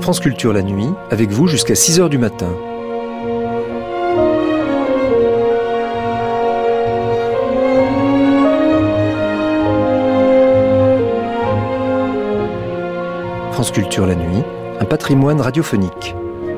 France Culture la nuit, avec vous jusqu'à 6h du matin. France Culture la nuit, un patrimoine radiophonique.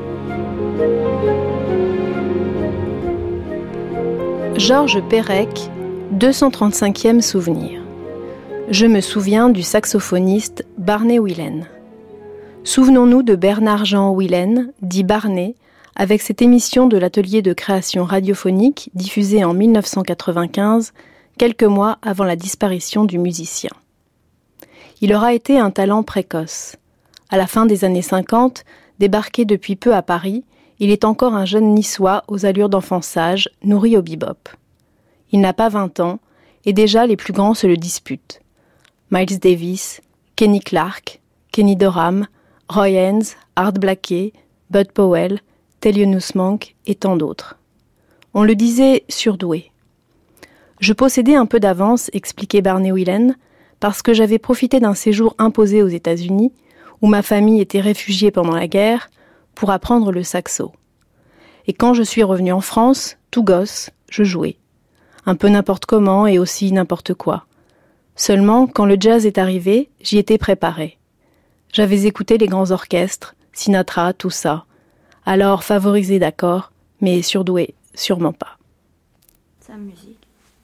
Georges Perec, 235e souvenir. Je me souviens du saxophoniste Barney Whelan. Souvenons-nous de Bernard-Jean Whelan, dit Barney, avec cette émission de l'atelier de création radiophonique diffusée en 1995, quelques mois avant la disparition du musicien. Il aura été un talent précoce. À la fin des années 50, débarqué depuis peu à Paris, il est encore un jeune niçois aux allures d'enfant sage, nourri au bebop. Il n'a pas 20 ans, et déjà les plus grands se le disputent. Miles Davis, Kenny Clarke, Kenny Dorham, Roy Haynes, Art Blakey, Bud Powell, Thelonious Monk et tant d'autres. On le disait surdoué. Je possédais un peu d'avance, expliquait Barney Whelan, parce que j'avais profité d'un séjour imposé aux États-Unis, où ma famille était réfugiée pendant la guerre, pour apprendre le saxo. Et quand je suis revenu en France, tout gosse, je jouais. Un peu n'importe comment et aussi n'importe quoi. Seulement, quand le jazz est arrivé, j'y étais préparé. J'avais écouté les grands orchestres, Sinatra, tout ça. Alors favorisé, d'accord, mais surdoué, sûrement pas. Sa musique.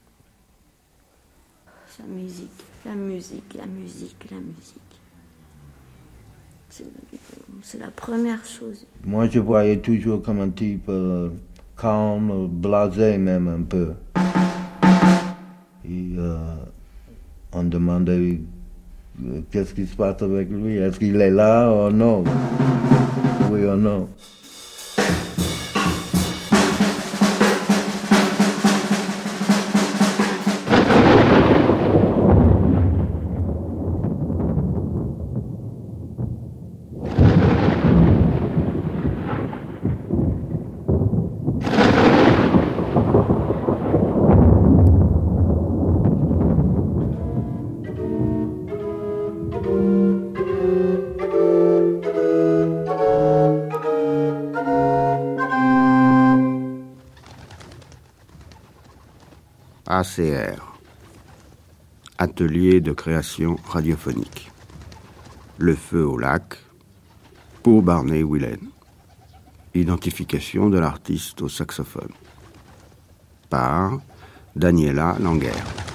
Sa musique, la musique, la musique, la musique. C'est la première chose. Moi, je voyais toujours comme un type calme, blasé même un peu. Et on demandait qu'est-ce qui se passe avec lui, est-ce qu'il est là ou non? Oui ou non? ACR, Atelier de création radiophonique. Le feu au lac, pour Barney Whelan. Identification de l'artiste au saxophone. Par Daniela Langer.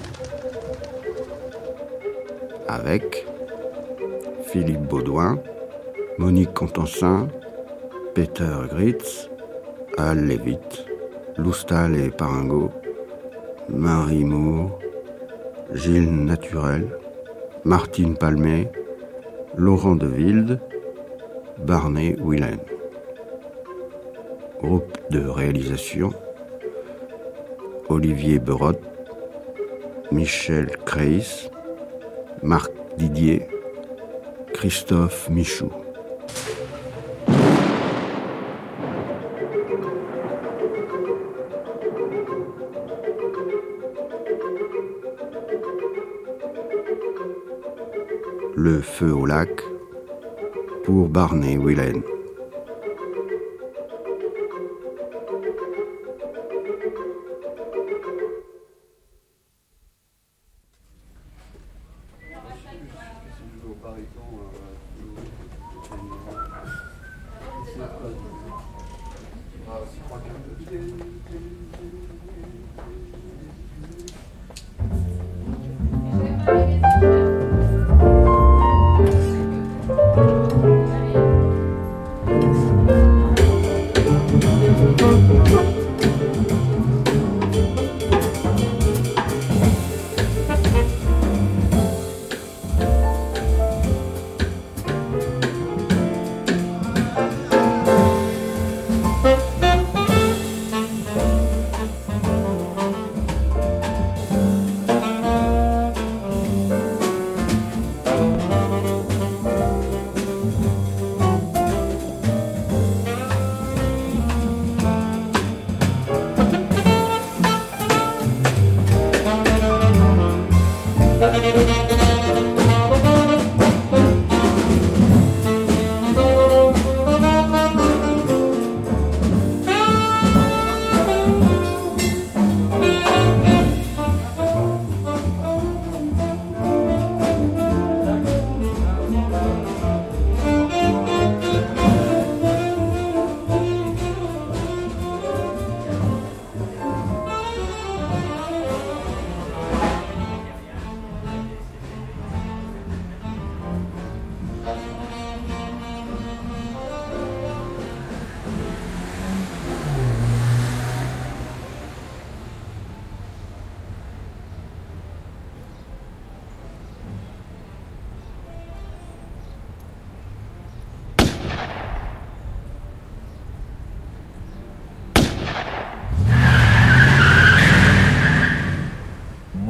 Avec Philippe Baudouin, Monique Contensin, Peter Gritz, Al Levitt, Loustal et Paringo, Marie Moore, Gilles Naturel, Martine Palmé, Laurent de Wilde, Barney Whelan. Groupe de réalisation, Olivier Berotte, Michel Kreis, Marc Didier, Christophe Michou. Le feu au lac, pour Barney Whelan.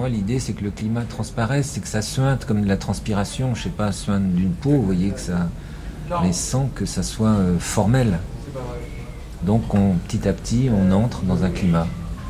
moi, l'idée, c'est que le climat transparaisse, c'est que ça suinte comme de la transpiration, je sais pas, suinte d'une peau, vous voyez, que ça... mais sans que ça soit formel. Donc, petit à petit, on entre dans un climat.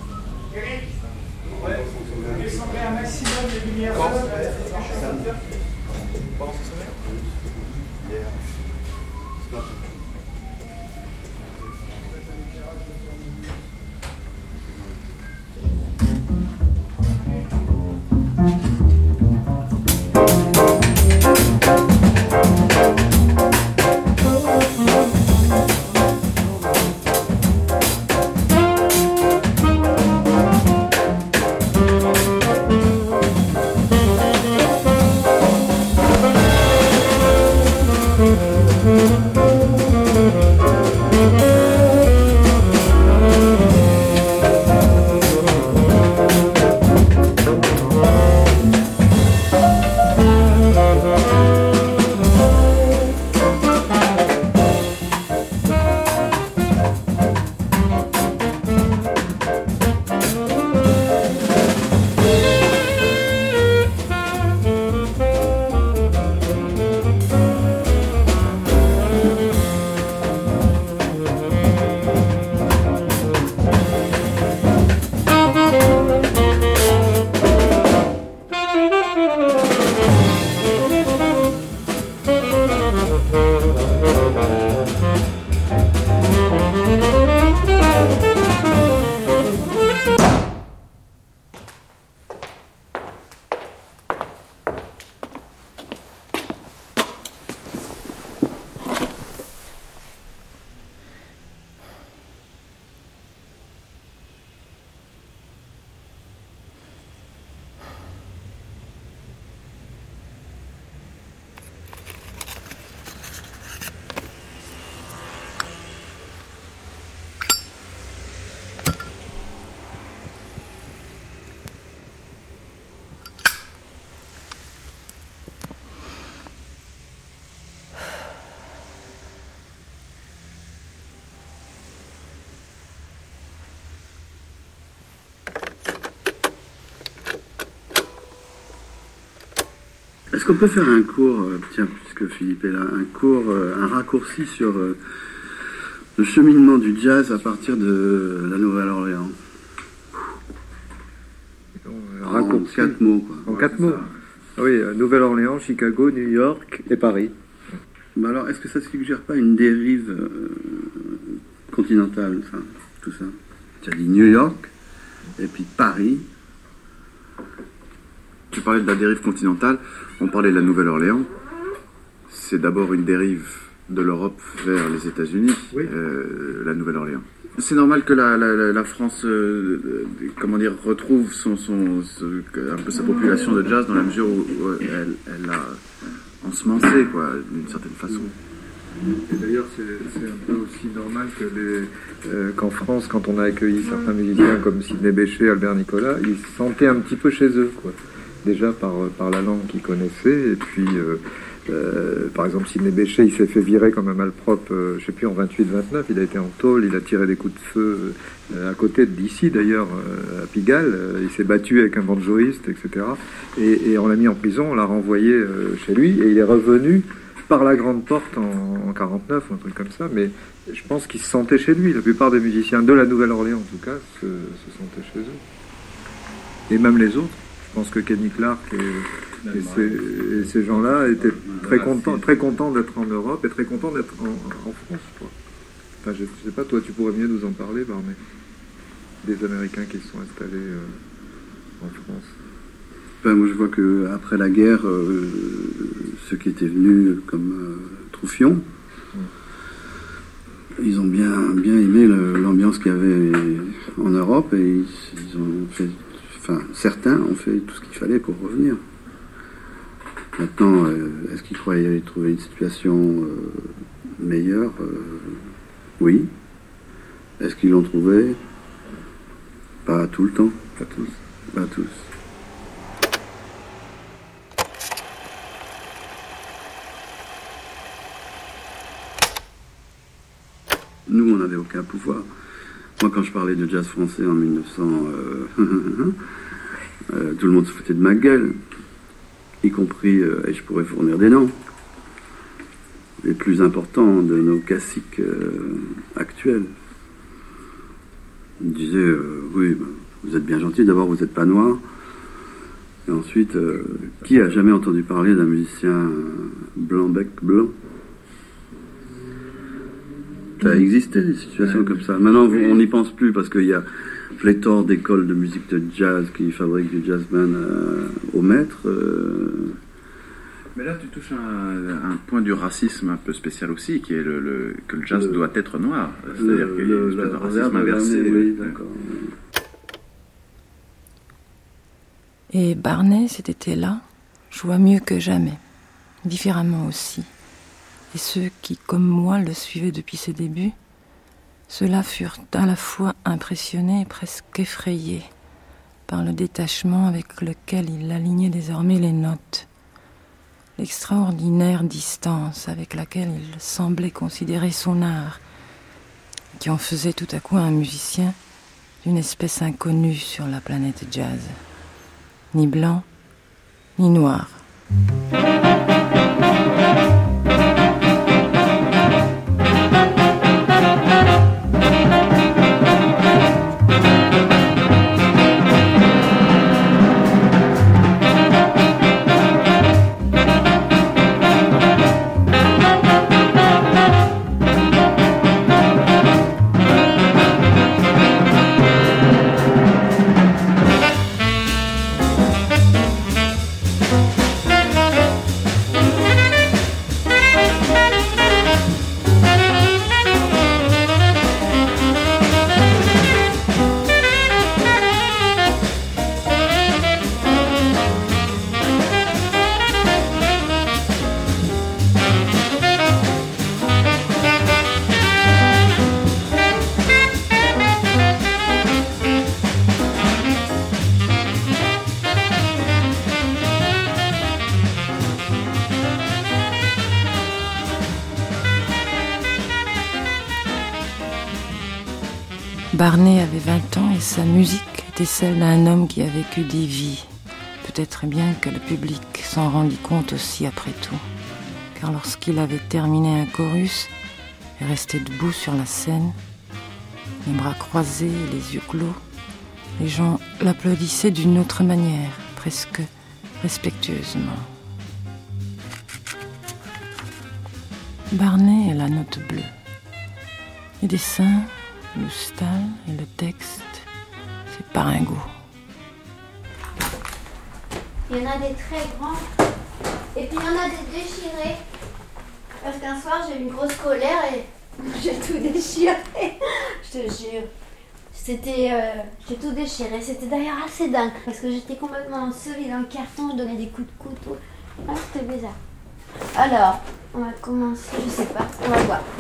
Est-ce qu'on peut faire un cours, tiens, puisque Philippe est là, un raccourci sur le cheminement du jazz à partir de la Nouvelle-Orléans? En 4 mots, quoi. En 4 mots. Oui, Nouvelle-Orléans, Chicago, New York et Paris. Bah alors, est-ce que ça ne suggère pas une dérive continentale, enfin, tout ça? Tu as dit New York, et puis Paris. Tu parlais de la dérive continentale, on parlait de la Nouvelle-Orléans. C'est d'abord une dérive de l'Europe vers les États-Unis, oui. La Nouvelle-Orléans. C'est normal que la France, retrouve un peu sa population de jazz dans la mesure où elle a ensemencé, quoi, d'une certaine façon. Et d'ailleurs, c'est un peu aussi normal qu'en France, quand on a accueilli certains musiciens comme Sidney Bechet, Albert Nicolas, ils se sentaient un petit peu chez eux, quoi. Déjà par la langue qu'ils connaissaient, et puis par exemple Sidney Bechet, il s'est fait virer comme un malpropre, je sais plus, en 28-29, il a été en tôle, il a tiré des coups de feu à côté d'ici d'ailleurs, à Pigalle, il s'est battu avec un banjoïste, etc. Et on l'a mis en prison, on l'a renvoyé chez lui, et il est revenu par la grande porte en 49 ou un truc comme ça, mais je pense qu'il se sentait chez lui. La plupart des musiciens de la Nouvelle-Orléans, en tout cas, se sentaient chez eux. Et même les autres. Je pense que Kenny Clark et ces gens-là étaient très contents d'être en Europe et très contents d'être en France, quoi. Enfin, je sais pas, toi, tu pourrais mieux nous en parler, Barney, des Américains qui se sont installés en France. Ben, moi, je vois qu'après la guerre, ceux qui étaient venus comme Troufion, ils ont bien aimé l'ambiance qu'il y avait en Europe et ils ont fait, enfin, certains ont fait tout ce qu'il fallait pour revenir. Maintenant, est-ce qu'ils croyaient trouver une situation meilleure? Oui. Est-ce qu'ils l'ont trouvé? Pas tout le temps. Pas tous. Pas tous. Nous, on n'avait aucun pouvoir. Moi, quand je parlais de jazz français en 1900, Tout le monde se foutait de ma gueule, y compris, et je pourrais fournir des noms, les plus importants de nos classiques actuels. Ils me disaient, oui, vous êtes bien gentil, d'abord vous n'êtes pas noir, et ensuite, qui a jamais entendu parler d'un musicien blanc-bec blanc? Ça a existé des situations comme ça. Maintenant, on n'y pense plus parce qu'il y a pléthore d'écoles de musique de jazz qui fabriquent du jazzman au mètre. Mais là, tu touches un point du racisme un peu spécial aussi, qui est que le jazz doit être noir. C'est-à-dire qu'il y a une espèce de racisme inversé. Oui, d'accord. Et Barnet, cet été-là, joua mieux que jamais, différemment aussi. Et ceux qui, comme moi, le suivaient depuis ses débuts, ceux-là furent à la fois impressionnés et presque effrayés par le détachement avec lequel il alignait désormais les notes, l'extraordinaire distance avec laquelle il semblait considérer son art, qui en faisait tout à coup un musicien d'une espèce inconnue sur la planète jazz, ni blanc, ni noir. Barnet avait 20 ans et sa musique était celle d'un homme qui a vécu des vies. Peut-être bien que le public s'en rendit compte aussi après tout. Car lorsqu'il avait terminé un chorus et resté debout sur la scène, les bras croisés et les yeux clos, les gens l'applaudissaient d'une autre manière, presque respectueusement. Barnet est la note bleue. Les dessins, le style et le texte, c'est Paringo. Il y en a des très grands et puis il y en a des déchirés. Parce qu'un soir j'ai eu une grosse colère et j'ai tout déchiré. Je te jure. J'ai tout déchiré. C'était d'ailleurs assez dingue parce que j'étais complètement ensevelie dans le carton. Je donnais des coups de couteau. Ah, c'était bizarre. Alors, on va commencer. Je sais pas. On va voir.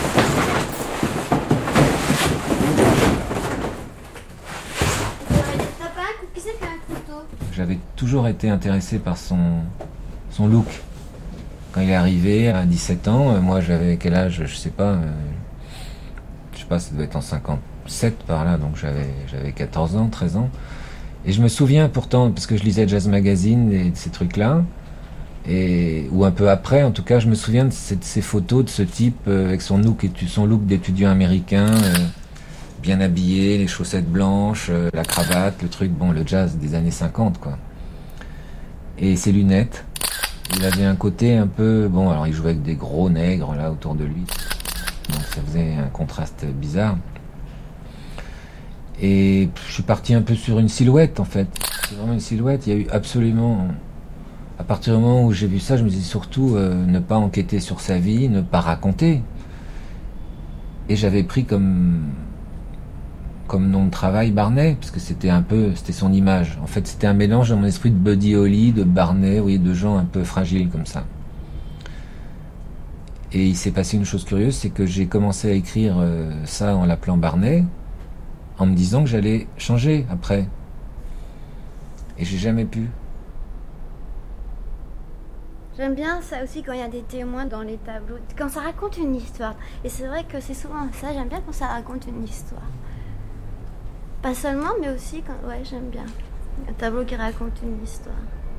J'avais toujours été intéressé par son look. Quand il est arrivé à 17 ans, moi j'avais quel âge, je sais pas, ça devait être en 57 par là, donc j'avais 14 ans, 13 ans. Et je me souviens pourtant, parce que je lisais Jazz Magazine et de ces trucs-là, ou un peu après, en tout cas, je me souviens de ces photos de ce type avec son look d'étudiant américain, bien habillé, les chaussettes blanches, la cravate, le truc, bon, le jazz des années 50, quoi. Et ses lunettes. Il avait un côté un peu... Bon, alors il jouait avec des gros nègres, là, autour de lui. Donc ça faisait un contraste bizarre. Et je suis parti un peu sur une silhouette, en fait. C'est vraiment une silhouette. Il y a eu absolument... À partir du moment où j'ai vu ça, je me dis surtout ne pas enquêter sur sa vie, ne pas raconter. Et j'avais pris comme nom de travail Barnet, parce que c'était son image. En fait, c'était un mélange dans mon esprit de Buddy Holly, de Barnet, oui, de gens un peu fragiles comme ça. Et il s'est passé une chose curieuse, c'est que j'ai commencé à écrire ça en l'appelant Barnet, en me disant que j'allais changer après. Et j'ai jamais pu. J'aime bien ça aussi quand il y a des témoins dans les tableaux, quand ça raconte une histoire. Et c'est vrai que c'est souvent ça, j'aime bien quand ça raconte une histoire. Pas seulement, mais aussi quand... Ouais, j'aime bien. Un tableau qui raconte une histoire.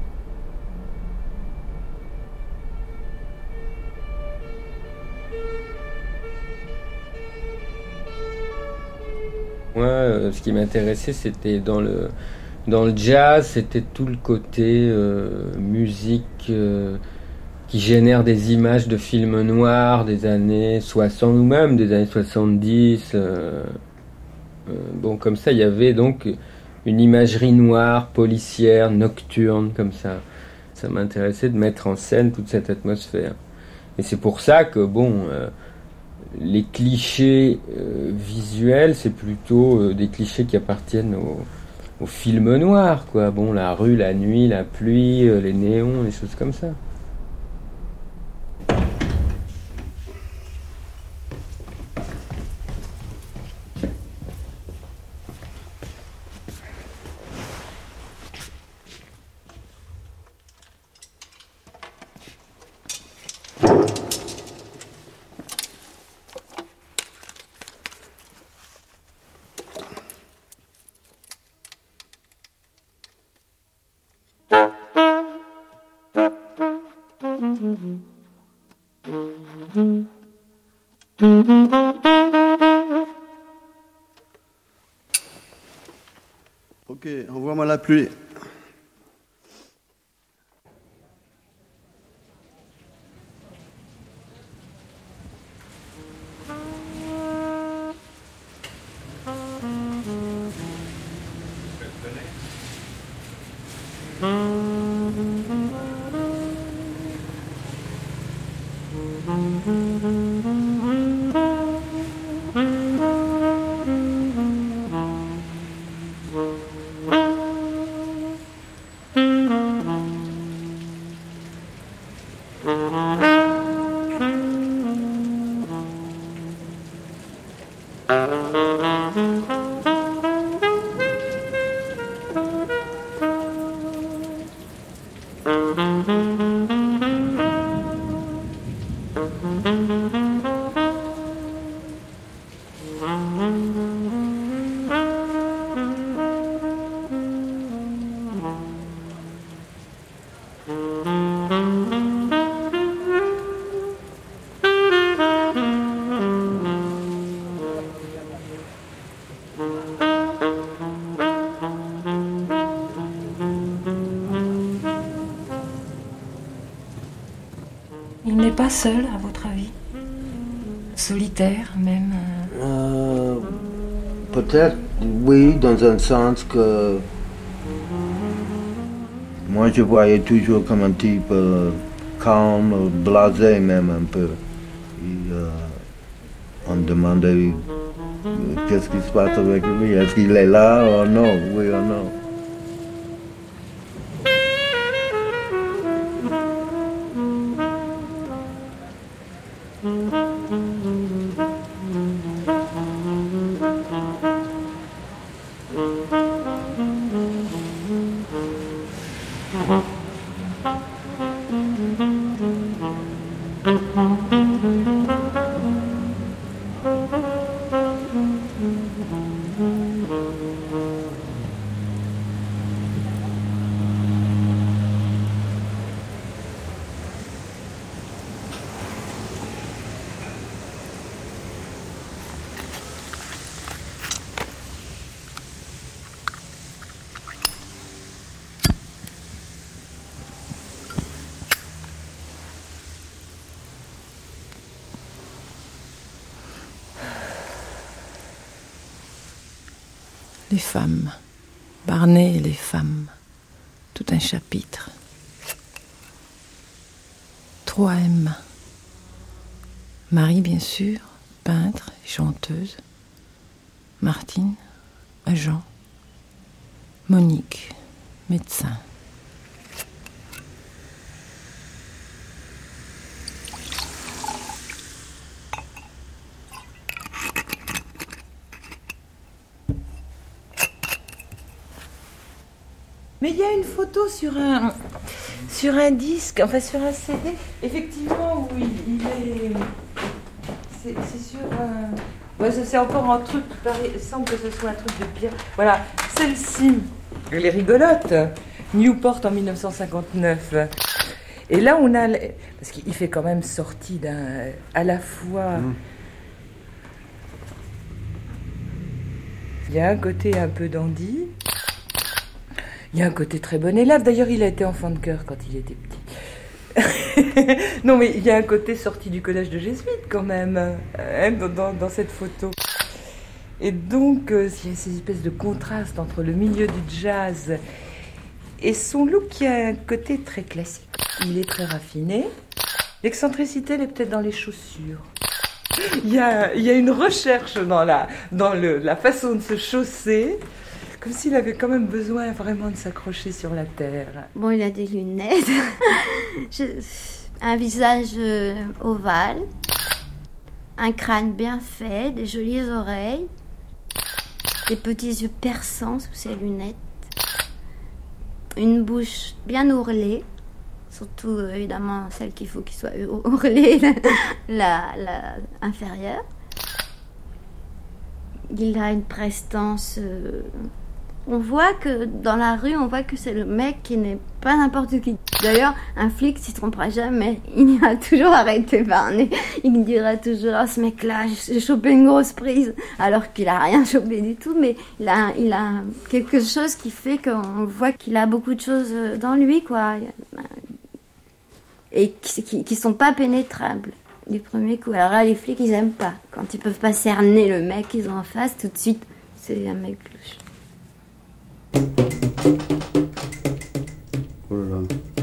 Moi, ce qui m'intéressait, c'était dans le jazz, c'était tout le côté musique qui génère des images de films noirs des années 60 ou même des années 70. Bon, comme ça, il y avait donc une imagerie noire, policière, nocturne, comme ça. Ça m'intéressait de mettre en scène toute cette atmosphère. Et c'est pour ça que, bon, les clichés visuels, c'est plutôt des clichés qui appartiennent au film noir, quoi. Bon, la rue, la nuit, la pluie, les néons, les choses comme ça. Ok, envoie-moi la pluie. Il n'est pas seul, à votre avis? Solitaire, même? Peut-être, oui, dans un sens que moi je voyais toujours comme un type calme, blasé même un peu. Et, on demandait qu'est-ce qui se passe avec lui, est-ce qu'il est là ou non, oui ou non. Les femmes, Barnet et les femmes, tout un chapitre. 3 M. Marie, bien sûr, peintre et chanteuse. Martine, agent. Monique, médecin. Mais il y a une photo sur un disque, enfin sur un CD, effectivement, où il est... C'est sur... Ouais, ça c'est encore un truc, il semble que ce soit un truc de pierre. Voilà, celle-ci, Elle est rigolote. Newport en 1959. Et là, on a... Parce qu'il fait quand même sortie d'un... À la fois... Il y a un côté un peu dandy. Il y a un côté très bon élève. D'ailleurs, il a été enfant de chœur quand il était petit. Non, mais il y a un côté sorti du collège de jésuites quand même, hein, dans cette photo. Et donc, il y a ces espèces de contrastes entre le milieu du jazz et son look qui a un côté très classique. Il est très raffiné. L'excentricité, elle est peut-être dans les chaussures. Il y a une recherche dans la façon de se chausser, comme s'il avait quand même besoin vraiment de s'accrocher sur la terre. Bon, il a des lunettes, un visage ovale, un crâne bien fait, des jolies oreilles, des petits yeux perçants sous ses lunettes, une bouche bien ourlée, surtout évidemment celle qu'il faut qu'il soit ourlée, la inférieure. Il a une prestance. On voit que dans la rue, on voit que c'est le mec qui n'est pas n'importe qui. D'ailleurs, un flic s'y trompera jamais. Il ira toujours arrêter par nez. Il dira toujours, oh, ce mec-là, j'ai chopé une grosse prise. Alors qu'il a rien chopé du tout, mais il a quelque chose qui fait qu'on voit qu'il a beaucoup de choses dans lui, quoi. Et qui sont pas pénétrables du premier coup. Alors là, les flics, ils aiment pas. Quand ils peuvent pas cerner le mec qu'ils ont en face, tout de suite, c'est un mec louche. Oh là là.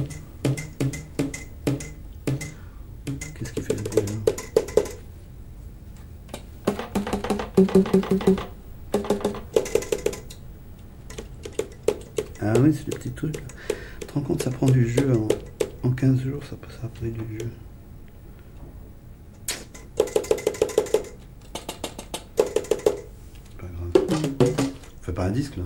Qu'est-ce qu'il fait ce bruit là? Ah oui, c'est des petits trucs. Tu te rends compte, ça prend du jeu. En 15 jours, ça a pris du jeu. Pas grave. On fait pas un disque là.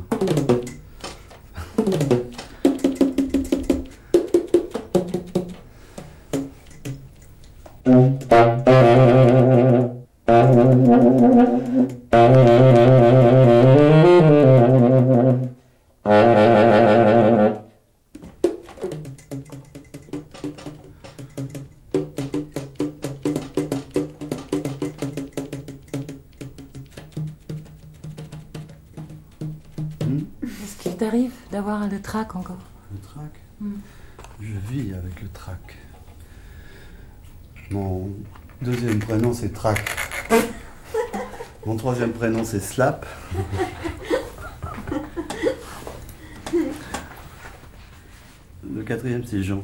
Est-ce qu'il t'arrive d'avoir le trac encore? Le trac? Je vis avec le trac. Mon deuxième prénom c'est Trac. Mon troisième prénom c'est Slap. Le quatrième c'est Jean.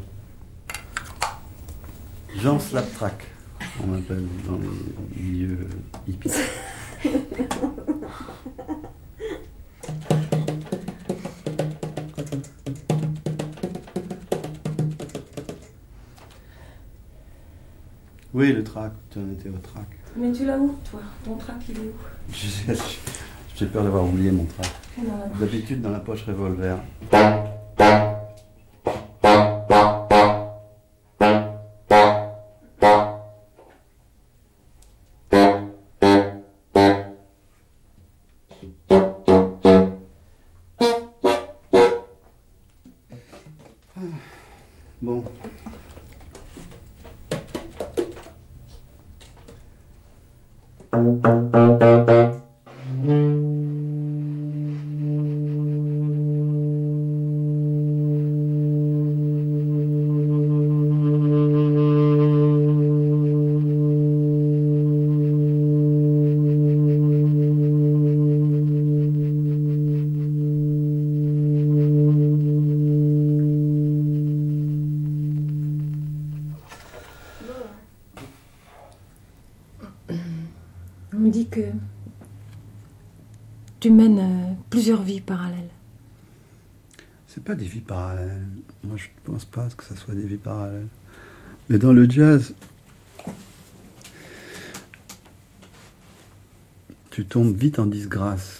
Jean Slap Trac. On m'appelle dans les milieux hippies. Oui, le trac, tu en étais au trac. Mais tu l'as où, toi? Ton trac, il est où? J'ai peur d'avoir oublié mon trac. D'habitude, dans la poche revolver. Bon. On me dit que tu mènes plusieurs vies parallèles. C'est pas des vies parallèles. Moi, je ne pense pas que ça soit des vies parallèles. Mais dans le jazz, tu tombes vite en disgrâce.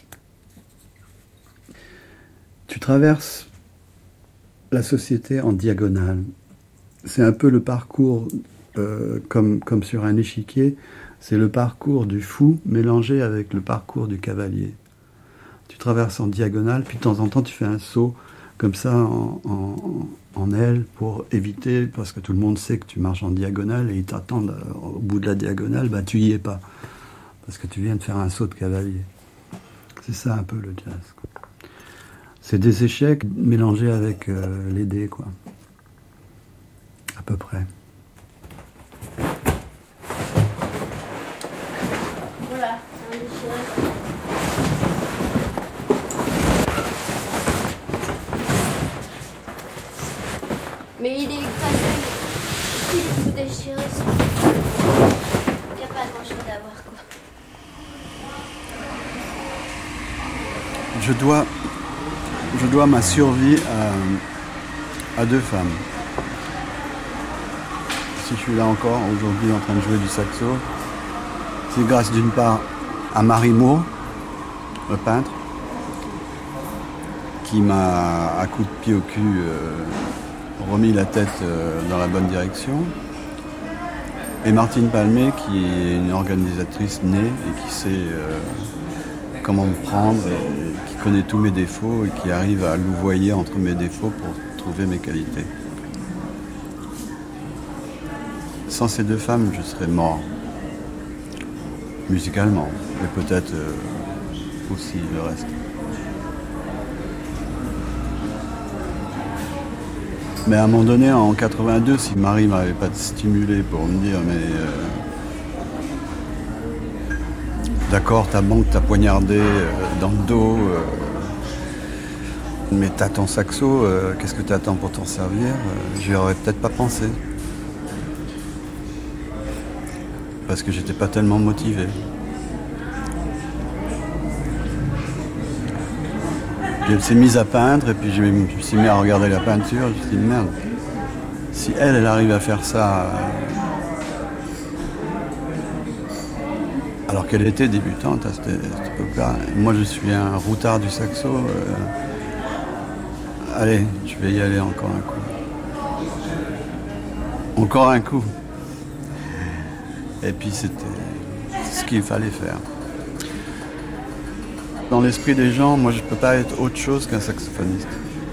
Tu traverses la société en diagonale. C'est un peu le parcours, comme sur un échiquier, c'est le parcours du fou mélangé avec le parcours du cavalier. Tu traverses en diagonale, puis de temps en temps tu fais un saut comme ça en aile pour éviter, parce que tout le monde sait que tu marches en diagonale et ils t'attendent au bout de la diagonale, bah tu y es pas. Parce que tu viens de faire un saut de cavalier. C'est ça un peu le jazz, quoi. C'est des échecs mélangés avec les dés, quoi. À peu près. Voilà, c'est un déchiré. Mais il est écrasé, il est tout déchiré. Il n'y a pas grand chose à voir, quoi. Je dois ma survie à deux femmes. Si je suis là encore aujourd'hui en train de jouer du saxo, c'est grâce d'une part à Marie Moore, le peintre, qui m'a à coup de pied au cul remis la tête dans la bonne direction, et Martine Palmé, qui est une organisatrice née et qui sait comment me prendre, et qui connaît tous mes défauts et qui arrive à louvoyer entre mes défauts pour trouver mes qualités. Sans ces deux femmes, je serais mort, musicalement, et peut-être aussi le reste. Mais à un moment donné, en 82, si Marie m'avait pas stimulé pour me dire d'accord, ta banque t'a poignardé dans le dos, mais t'as ton saxo, qu'est-ce que t'attends pour t'en servir? J'y aurais peut-être pas pensé. Parce que j'étais pas tellement motivé. Puis elle s'est mise à peindre et puis je me suis mis à regarder la peinture, je me suis dit merde, si elle arrive à faire ça alors qu'elle était débutante à cette époque-là, moi je suis un routard du saxo, allez, je vais y aller encore un coup. Encore un coup. Et puis c'était ce qu'il fallait faire. Dans l'esprit des gens, moi je ne peux pas être autre chose qu'un saxophoniste.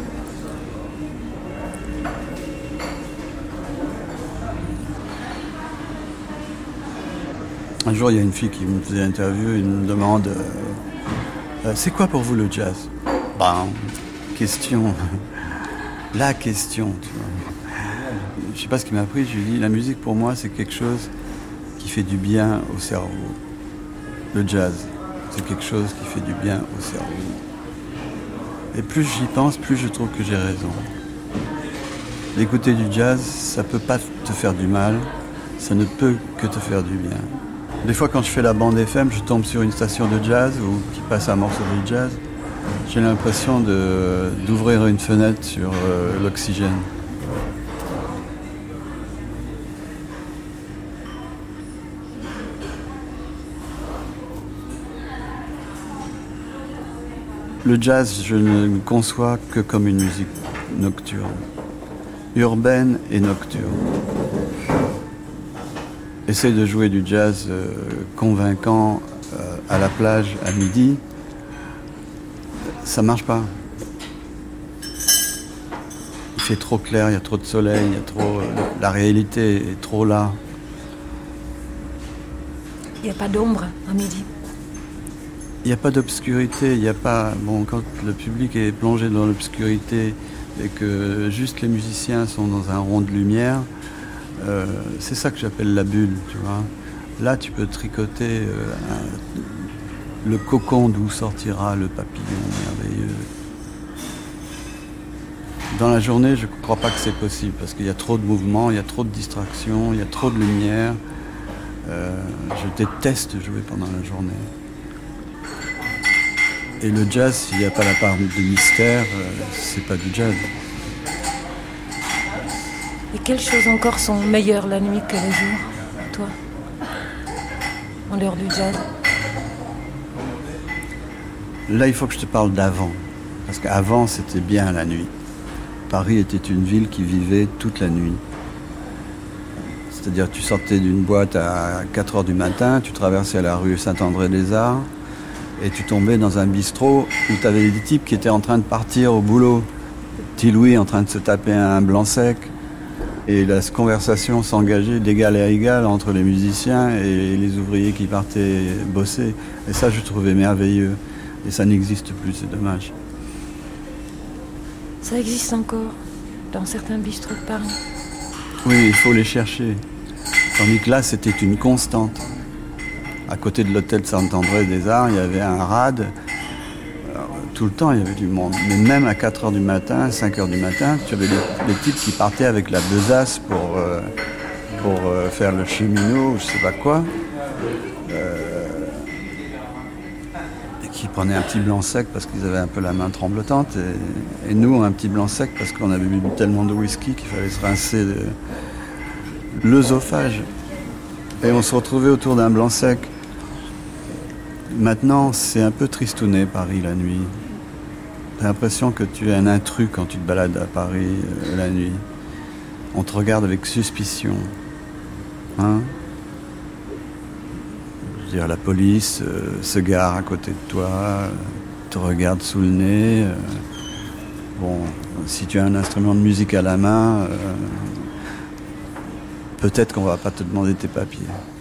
Un jour, il y a une fille qui me faisait l'interview, elle me demande c'est quoi pour vous le jazz? Question. La question, tu vois. Je sais pas ce qui m'a pris, je lui ai dit la musique pour moi c'est quelque chose qui fait du bien au cerveau. Le jazz, c'est quelque chose qui fait du bien au cerveau. Et plus j'y pense, plus je trouve que j'ai raison. D'écouter du jazz, ça peut pas te faire du mal, ça ne peut que te faire du bien. Des fois quand je fais la bande FM, je tombe sur une station de jazz ou qui passe un morceau de jazz, j'ai l'impression d'ouvrir une fenêtre sur l'oxygène. Le jazz, je ne le conçois que comme une musique nocturne, urbaine et nocturne. Essaye de jouer du jazz convaincant à la plage à midi, ça marche pas. Il fait trop clair, il y a trop de soleil, il y a trop, la réalité est trop là. Il n'y a pas d'ombre à midi. Il n'y a pas d'obscurité, il n'y a pas... Bon, quand le public est plongé dans l'obscurité et que juste les musiciens sont dans un rond de lumière, c'est ça que j'appelle la bulle, tu vois. Là, tu peux tricoter le cocon d'où sortira le papillon merveilleux. Dans la journée, je ne crois pas que c'est possible, parce qu'il y a trop de mouvements, il y a trop de distractions, il y a trop de lumière. Je déteste jouer pendant la journée. Et le jazz, s'il n'y a pas la part de mystère, c'est pas du jazz. Et quelles choses encore sont meilleures la nuit que le jour, toi, en dehors du jazz? Là, il faut que je te parle d'avant. Parce qu'avant, c'était bien la nuit. Paris était une ville qui vivait toute la nuit. C'est-à-dire, tu sortais d'une boîte à 4h du matin, tu traversais la rue Saint-André-des-Arts, et tu tombais dans un bistrot où tu avais des types qui étaient en train de partir au boulot. Petit Louis en train de se taper un blanc sec, et la conversation s'engageait d'égal à égal entre les musiciens et les ouvriers qui partaient bosser. Et ça, je trouvais merveilleux. Et ça n'existe plus, c'est dommage. Ça existe encore dans certains bistrots de Paris. Oui, il faut les chercher. Tandis que là, c'était une constante. À côté de l'hôtel Saint-André des Arts, il y avait un rad. Alors, tout le temps, il y avait du monde. Mais même à 4h du matin, 5h du matin, tu avais des types qui partaient avec la besace pour faire le cheminot ou je sais pas quoi. Et qui prenaient un petit blanc sec parce qu'ils avaient un peu la main tremblotante. Et nous, un petit blanc sec parce qu'on avait bu tellement de whisky qu'il fallait se rincer l'œsophage. Et on se retrouvait autour d'un blanc sec. Maintenant, c'est un peu tristouné, Paris, la nuit. T'as l'impression que tu es un intrus quand tu te balades à Paris la nuit. On te regarde avec suspicion. Hein? Je veux dire, la police se gare à côté de toi, te regarde sous le nez. Bon, si tu as un instrument de musique à la main, peut-être qu'on va pas te demander tes papiers.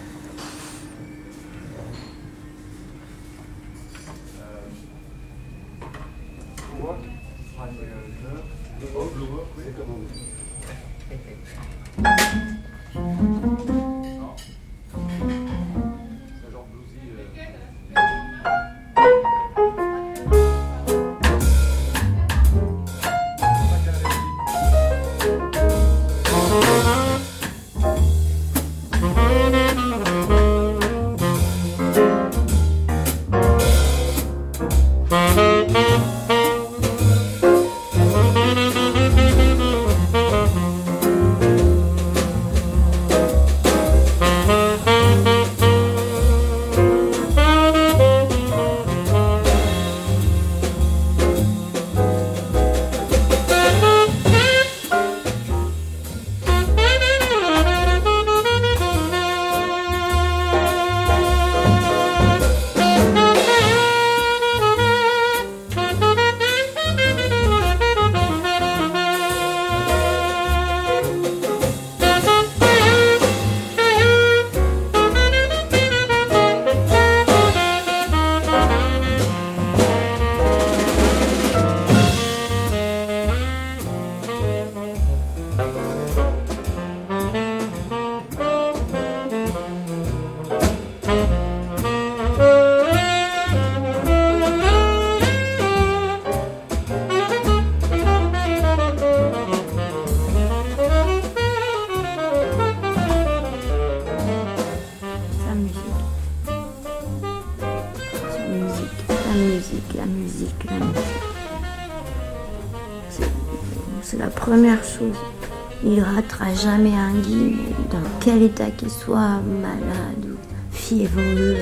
C'est la première chose. Il ratera jamais un Guy, dans quel état qu'il soit, malade ou fiévreux.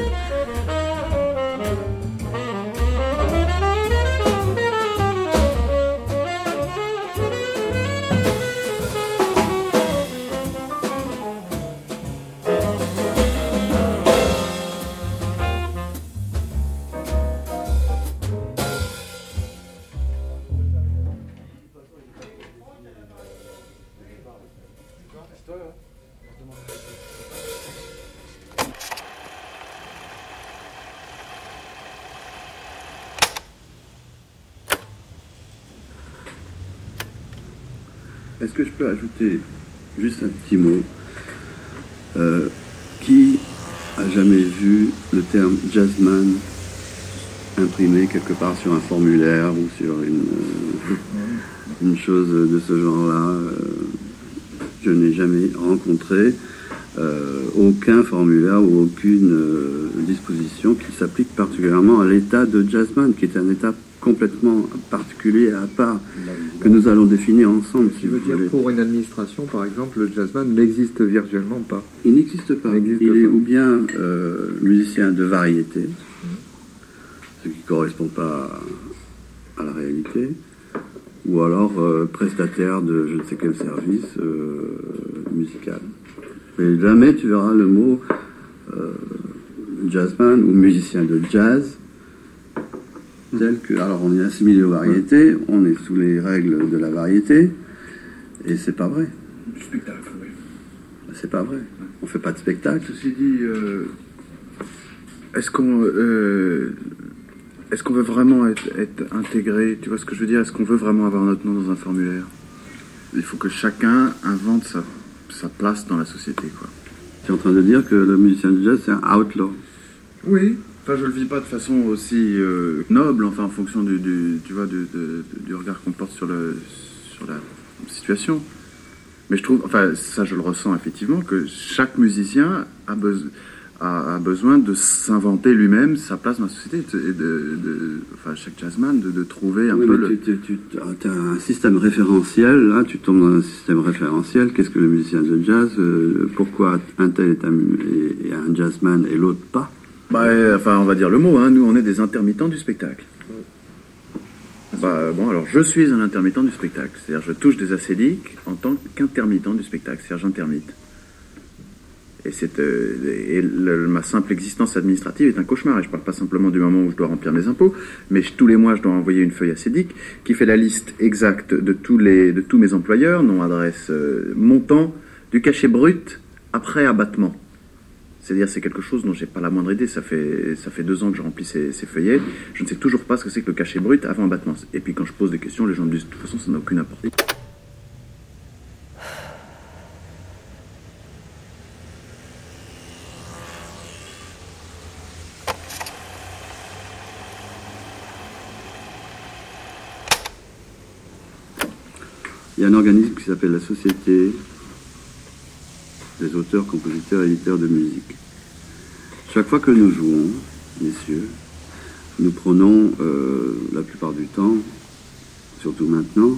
Est-ce que je peux ajouter juste un petit mot qui a jamais vu le terme jazzman imprimé quelque part sur un formulaire ou sur une chose de ce genre-là? Je n'ai jamais rencontré aucun formulaire ou aucune disposition qui s'applique particulièrement à l'état de jazzman, qui est un état complètement particulier à part, que nous allons définir ensemble. Si vous voulez dire, pour une administration, par exemple, le jazzman n'existe virtuellement pas. Il n'existe pas. Il est ou bien musicien de variété, ce qui ne correspond pas à la réalité, ou alors prestataire de je ne sais quel service musical. Mais jamais tu verras le mot jazzman ou musicien de jazz tel que... Alors on est assimilé aux variétés, on est sous les règles de la variété, et c'est pas vrai. Du spectacle, oui. C'est pas vrai. On fait pas de spectacle. Ceci dit, est-ce qu'on veut vraiment être intégré? Tu vois ce que je veux dire? Est-ce qu'on veut vraiment avoir notre nom dans un formulaire? Il faut que chacun invente sa place dans la société, quoi. Tu es en train de dire que le musicien de jazz, c'est un outlaw? Oui. Enfin, je le vis pas de façon aussi noble, enfin, en fonction du regard qu'on porte sur la situation. Mais je trouve, enfin, ça je le ressens effectivement, que chaque musicien a besoin de s'inventer lui-même sa place dans la société, et enfin, chaque jazzman, de trouver un peu le... Tu as un système référentiel, là, tu tombes dans un système référentiel. Qu'est-ce que le musicien de jazz? Pourquoi un tel est un jazzman et l'autre pas? Enfin, on va dire le mot, hein. Nous, on est des intermittents du spectacle. Alors, je suis un intermittent du spectacle. C'est-à-dire, je touche des acédiques en tant qu'intermittent du spectacle. C'est-à-dire, j'intermitte. Et ma simple existence administrative est un cauchemar. Et je parle pas simplement du moment où je dois remplir mes impôts, mais tous les mois, je dois envoyer une feuille acédique qui fait la liste exacte de tous mes employeurs, nom, adresse, montant, du cachet brut après abattement. C'est-à-dire, c'est quelque chose dont j'ai pas la moindre idée. Ça fait 2 ans que je remplis ces feuillets. Je ne sais toujours pas ce que c'est que le cachet brut avant abattement. Et puis quand je pose des questions, les gens me disent de toute façon, ça n'a aucune importance. Il y a un organisme qui s'appelle la Société des auteurs, compositeurs et éditeurs de musique. Chaque fois que nous jouons, messieurs, nous prenons, la plupart du temps, surtout maintenant,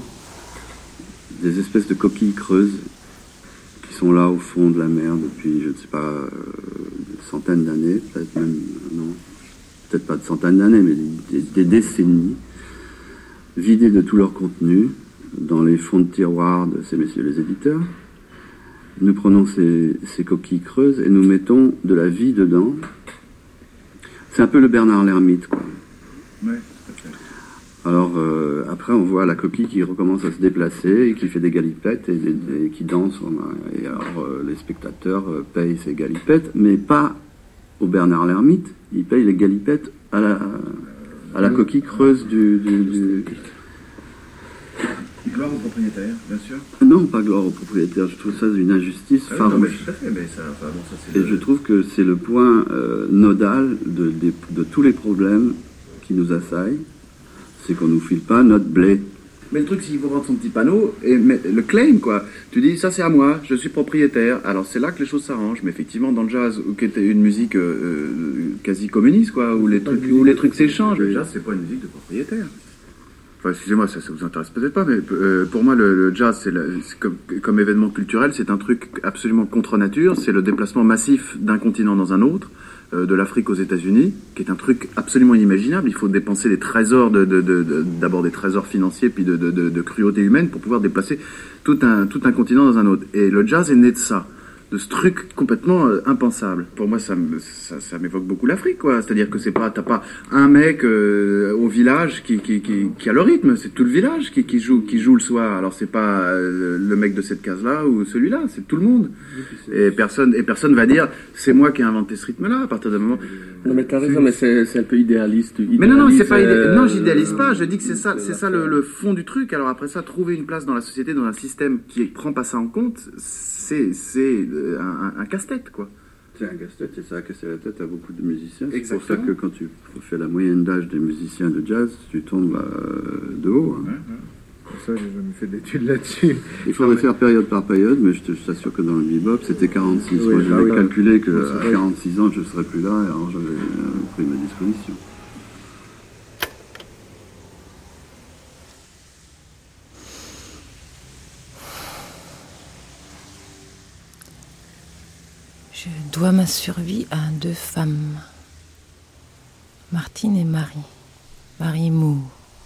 des espèces de coquilles creuses qui sont là au fond de la mer depuis, je ne sais pas, des centaines d'années, peut-être même, non, peut-être pas de centaines d'années, mais des décennies, vidées de tout leur contenu, dans les fonds de tiroirs de ces messieurs les éditeurs. Nous prenons ces coquilles creuses et nous mettons de la vie dedans. C'est un peu le Bernard l'Ermite, quoi. Ouais, tout à fait. Alors, après, on voit la coquille qui recommence à se déplacer et qui fait des galipettes et qui danse. Et alors, les spectateurs payent ces galipettes, mais pas au Bernard l'Ermite. Ils payent les galipettes à la coquille creuse du... Gloire au propriétaire, bien sûr. Non, pas gloire au propriétaire. Je trouve ça une injustice farouche. Et je trouve que c'est le point nodal de tous les problèmes qui nous assaillent. C'est qu'on nous file pas notre blé. Mais le truc, c'est qu'il faut prendre son petit panneau et le claim, quoi. Tu dis, ça c'est à moi, je suis propriétaire. Alors c'est là que les choses s'arrangent. Mais effectivement, dans le jazz, qui était une musique quasi communiste, quoi, où les trucs s'échangent. Le jazz, c'est pas une musique de propriétaire. Enfin, excusez-moi, ça vous intéresse peut-être pas, mais pour moi, le jazz, c'est comme événement culturel, c'est un truc absolument contre nature. C'est le déplacement massif d'un continent dans un autre, de l'Afrique aux États-Unis, qui est un truc absolument inimaginable. Il faut dépenser des trésors, d'abord des trésors financiers, puis de cruauté humaine pour pouvoir déplacer tout un continent dans un autre. Et le jazz est né de ça. De ce truc complètement impensable. Pour moi, ça m'évoque beaucoup l'Afrique, quoi. C'est-à-dire que t'as pas un mec au village qui a le rythme, c'est tout le village qui joue le soir. Alors c'est pas le mec de cette case-là ou celui-là, c'est tout le monde. Et personne va dire c'est moi qui ai inventé ce rythme-là à partir d'un moment. Non mais t'as raison, mais c'est un peu idéaliste. Mais non, c'est pas non, j'idéalise pas. Je dis que c'est ça le fond du truc. Alors après ça, trouver une place dans la société, dans un système qui prend pas ça en compte, c'est un casse-tête, quoi. C'est un casse-tête et ça a cassé la tête à beaucoup de musiciens. Exactement. C'est pour ça que quand tu fais la moyenne d'âge des musiciens de jazz, tu tombes de haut. Hein. Ouais. Ça, j'ai jamais fait d'études là-dessus. Il faudrait faire période par période, mais je t'assure que dans le bebop, c'était 46. Oui, moi, j'avais calculé qu'à 46 ans, je ne serais plus là, et alors j'avais pris ma disposition. Je dois ma survie à 2 femmes, Martine et Marie Moore.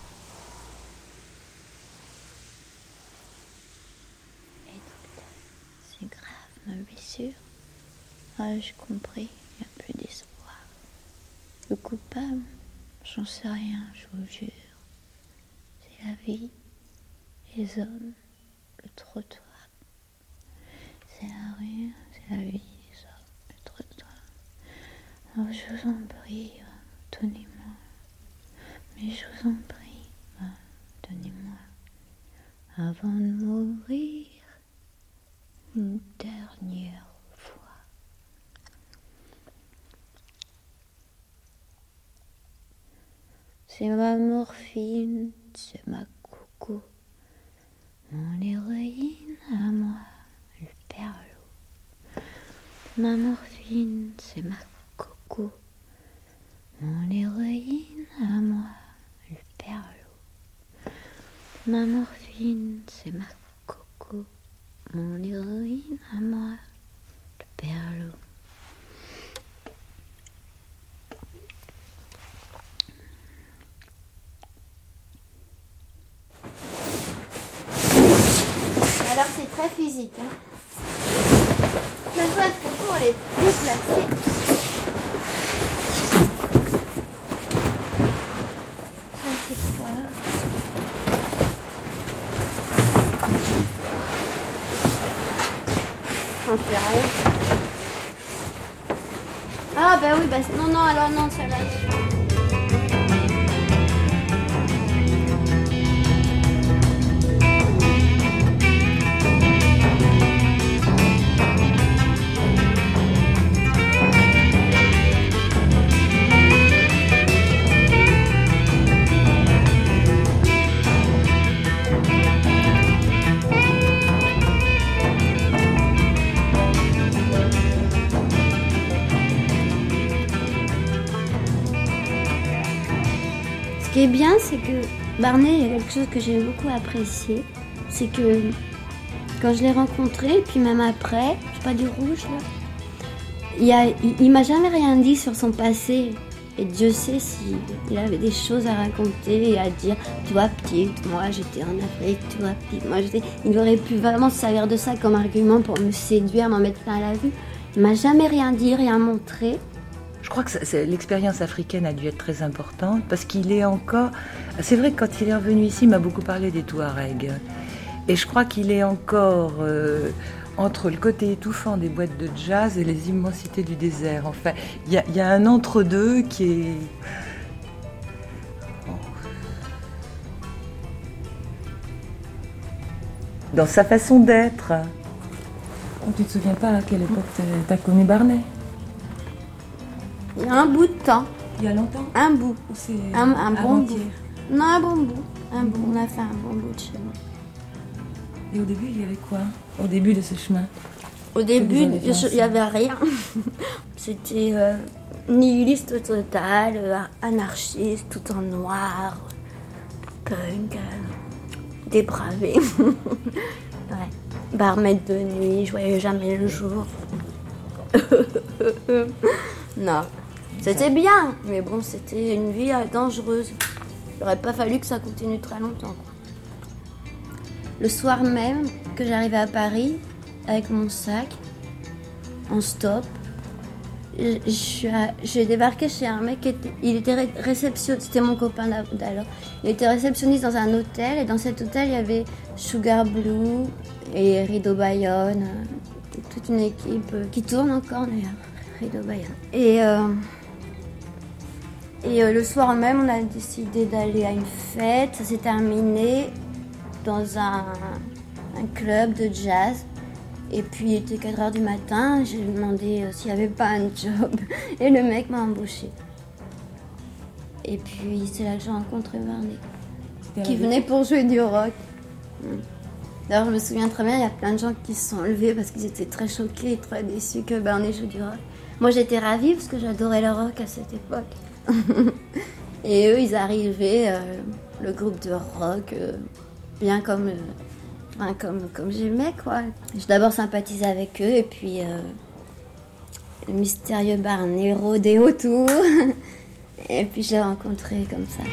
C'est grave, ma blessure. Ah, j'ai compris, il n'y a plus d'espoir. Le coupable, J'en sais rien, je vous jure. C'est la vie, les hommes, le trottoir. C'est la rue, c'est la vie, les hommes, le trottoir. Alors je vous en prie, donnez-moi. Mais je vous en prie, donnez-moi. Avant de mourir, une dernière fois. C'est ma morphine, c'est ma coco, mon héroïne à moi, le perlo. Ma morphine, c'est ma coco, mon héroïne à moi, le perlo. Ma morphine, c'est ma coco, mon héroïne à moi, le perlo. Alors c'est très physique. Je dois être pour les déplacer. Ça c'est quoi? On fait rien. Ah bah oui, bah non, alors non, celle-là. Ce qui est bien, c'est que Barnet, il y a quelque chose que j'ai beaucoup apprécié, c'est que quand je l'ai rencontré, puis même après, c'est pas du rouge là, il m'a jamais rien dit sur son passé. Et Dieu sait s'il avait des choses à raconter et à dire. Tu vois, petite, moi j'étais en Afrique, tu vois, petite, moi j'étais... Il aurait pu vraiment se servir de ça comme argument pour me séduire, m'en mettre plein la vue. Il m'a jamais rien dit, rien montré. Je crois que l'expérience africaine a dû être très importante parce qu'il est encore... C'est vrai que quand il est revenu ici, il m'a beaucoup parlé des Touaregs. Et je crois qu'il est encore entre le côté étouffant des boîtes de jazz et les immensités du désert. Enfin, il y a un entre-deux qui est... Dans sa façon d'être. Tu te souviens pas à quelle époque t'as connu Barnet? Il y a un bout de temps. Il y a longtemps? Un bout. Un bon bout. Non, un bon bout. On a fait un bon bout de chemin. Et au début, il y avait quoi? Au début de ce chemin? Au début, il n'y avait rien. C'était nihiliste total, anarchiste, tout en noir, punk, dépravé. Ouais. Barmaid de nuit, je voyais jamais le jour. Non. C'était bien, mais bon, c'était une vie dangereuse. Il n'aurait pas fallu que ça continue très longtemps, quoi. Le soir même que j'arrivais à Paris, avec mon sac, en stop, j'ai débarqué chez un mec, il était réceptionniste, c'était mon copain d'alors. Il était réceptionniste dans un hôtel, et dans cet hôtel, il y avait Sugar Blue et Rideau Bayonne, toute une équipe qui tourne encore d'ailleurs, Rideau Bayonne. Et le soir même, on a décidé d'aller à une fête. Ça s'est terminé dans un club de jazz. Et puis, il était 4h du matin. J'ai demandé s'il n'y avait pas un job. Et le mec m'a embauché. Et puis, c'est là que j'ai rencontré Barnet, qui venait pour jouer du rock. D'ailleurs, je me souviens très bien, il y a plein de gens qui se sont levés parce qu'ils étaient très choqués et très déçus que Barnet joue du rock. Moi, j'étais ravie parce que j'adorais le rock à cette époque. Et eux, ils arrivaient, le groupe de rock, bien comme j'aimais, quoi. J'ai d'abord sympathisé avec eux, et puis le mystérieux Barnet rôdait autour. Et puis je l'ai rencontré comme ça.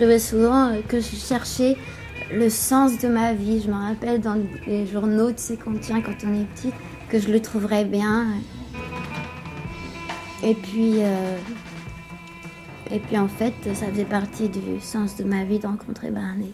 j'écrivais souvent que je cherchais le sens de ma vie. Je me rappelle dans les journaux, tu sais, qu'on tient quand on est petite, que je le trouverais bien. Et puis en fait, ça faisait partie du sens de ma vie de rencontrer Barney.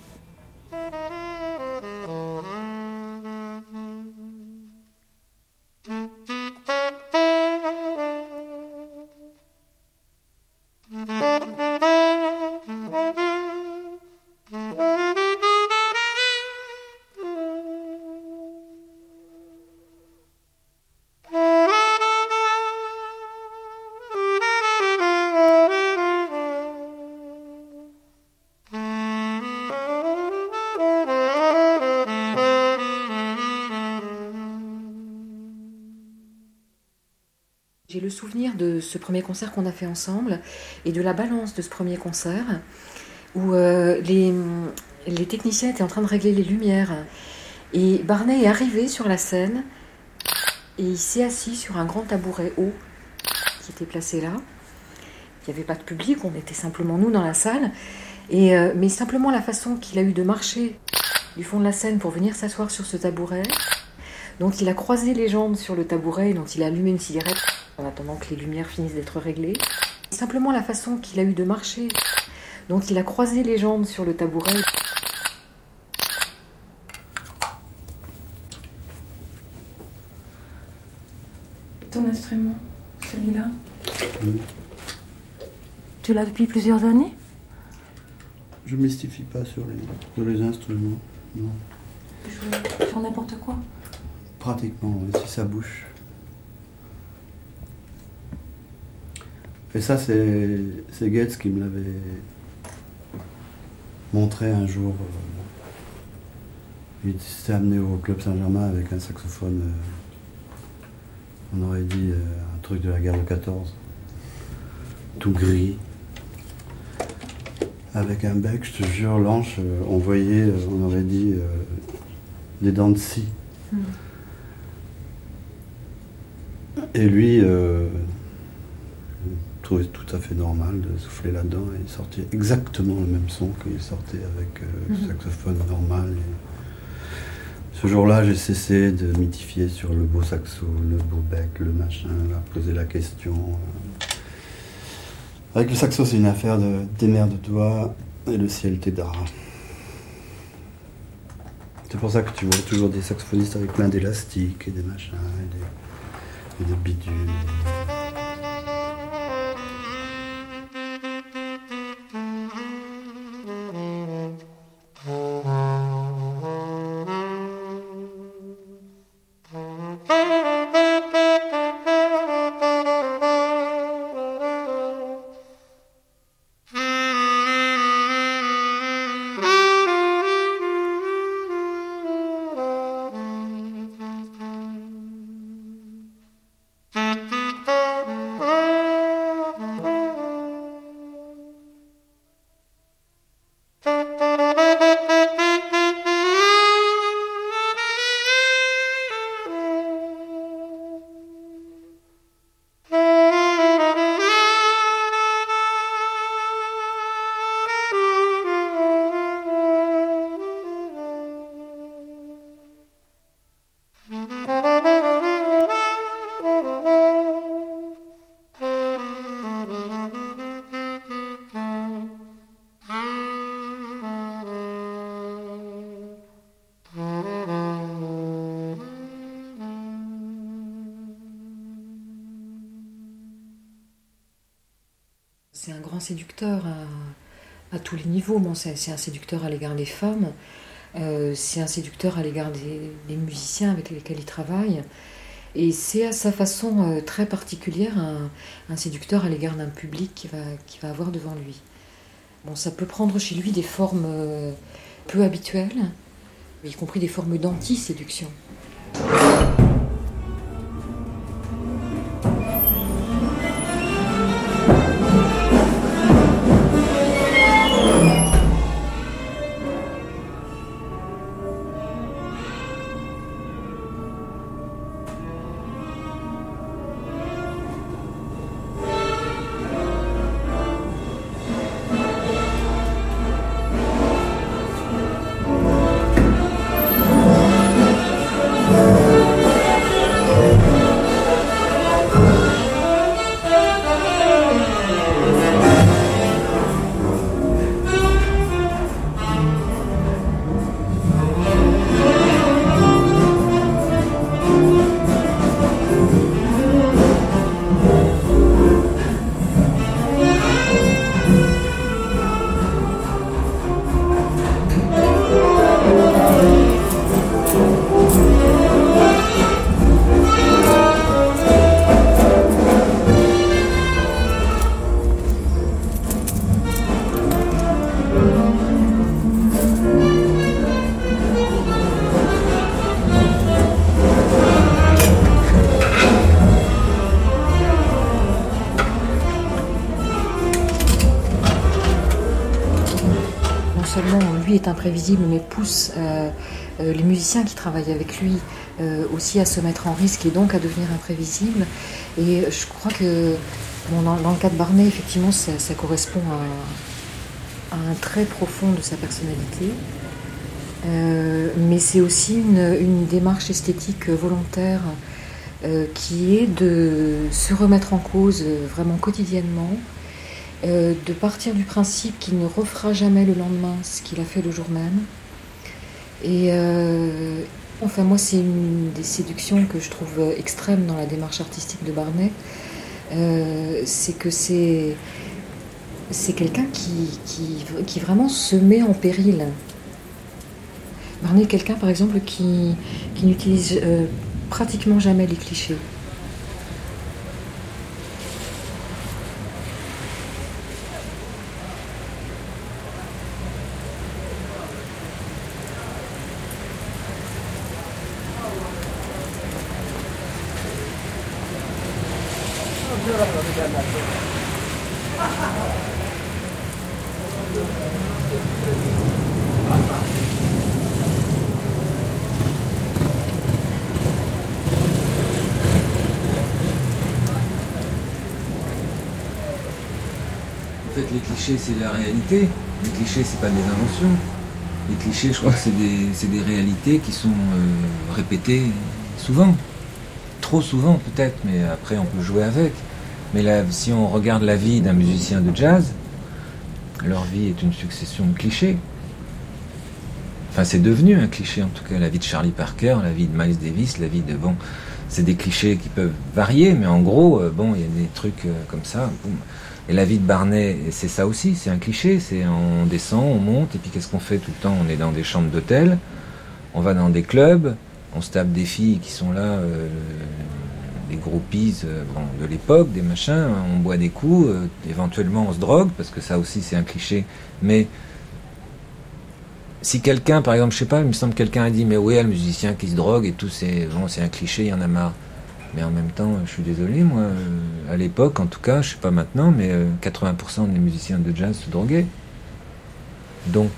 J'ai le souvenir de ce premier concert qu'on a fait ensemble et de la balance de ce premier concert où les techniciens étaient en train de régler les lumières et Barney est arrivé sur la scène et il s'est assis sur un grand tabouret haut qui était placé là. Il n'y avait pas de public, on était simplement nous dans la salle mais simplement la façon qu'il a eu de marcher du fond de la scène pour venir s'asseoir sur ce tabouret. Donc il a croisé les jambes sur le tabouret dont il a allumé une cigarette en attendant que les lumières finissent d'être réglées. Simplement la façon qu'il a eu de marcher. Donc il a croisé les jambes sur le tabouret. Ton instrument, celui-là, tu l'as depuis plusieurs années? Je ne mystifie pas sur les instruments, non. Sur n'importe quoi? Pratiquement, si ça bouge. Et ça, c'est Getz qui me l'avait montré un jour. Il s'est amené au Club Saint-Germain avec un saxophone, on aurait dit un truc de la guerre de 14, tout gris, avec un bec, je te jure, l'anche, on voyait, on aurait dit, des dents de scie. Et lui, trouvait tout à fait normal de souffler là-dedans et il sortait exactement le même son qu'il sortait avec le saxophone normal. Et ce jour-là, j'ai cessé de mythifier sur le beau saxo, le beau bec, le machin, à poser la question. Avec le saxo, c'est une affaire de démerde-toi et le ciel t'aidera. C'est pour ça que tu vois toujours des saxophonistes avec plein d'élastiques et des machins et des bidules. C'est un grand séducteur à tous les niveaux. Bon, c'est un séducteur à l'égard des femmes, c'est un séducteur à l'égard des musiciens avec lesquels il travaille. Et c'est à sa façon très particulière un séducteur à l'égard d'un public qu'il va avoir devant lui. Bon, ça peut prendre chez lui des formes peu habituelles, y compris des formes d'anti-séduction. lui est imprévisible, mais pousse les musiciens qui travaillent avec lui aussi à se mettre en risque et donc à devenir imprévisible. Et je crois que dans le cas de Barnet, effectivement, ça correspond à un trait profond de sa personnalité. Mais c'est aussi une démarche esthétique volontaire qui est de se remettre en cause vraiment quotidiennement, de partir du principe qu'il ne refera jamais le lendemain ce qu'il a fait le jour même. Et enfin, moi, c'est une des séductions que je trouve extrême dans la démarche artistique de Barnet. C'est que c'est quelqu'un qui vraiment se met en péril. Barnet est quelqu'un, par exemple, qui n'utilise pratiquement jamais les clichés. En fait, les clichés, c'est la réalité. Les clichés, c'est pas des inventions. Les clichés, je crois que c'est des réalités qui sont répétées souvent. Trop souvent, peut-être, mais après, on peut jouer avec. Mais là, si on regarde la vie d'un musicien de jazz, leur vie est une succession de clichés. Enfin, c'est devenu un cliché, en tout cas. La vie de Charlie Parker, la vie de Miles Davis, la vie de... Bon, c'est des clichés qui peuvent varier, mais en gros, bon, il y a des trucs comme ça. Boum. Et la vie de Barnet, c'est ça aussi, c'est un cliché. C'est on descend, on monte, et puis qu'est-ce qu'on fait tout le temps? On est dans des chambres d'hôtel, on va dans des clubs, on se tape des filles qui sont là, des groupies bon, de l'époque, des machins, on boit des coups, éventuellement on se drogue, parce que ça aussi c'est un cliché. Mais si quelqu'un, par exemple, je sais pas, il me semble que quelqu'un a dit, mais oui, le musicien qui se drogue et tout, c'est un cliché, il y en a marre. Mais en même temps, je suis désolé, moi, à l'époque, en tout cas, je sais pas maintenant, mais 80% des musiciens de jazz se droguaient. Donc,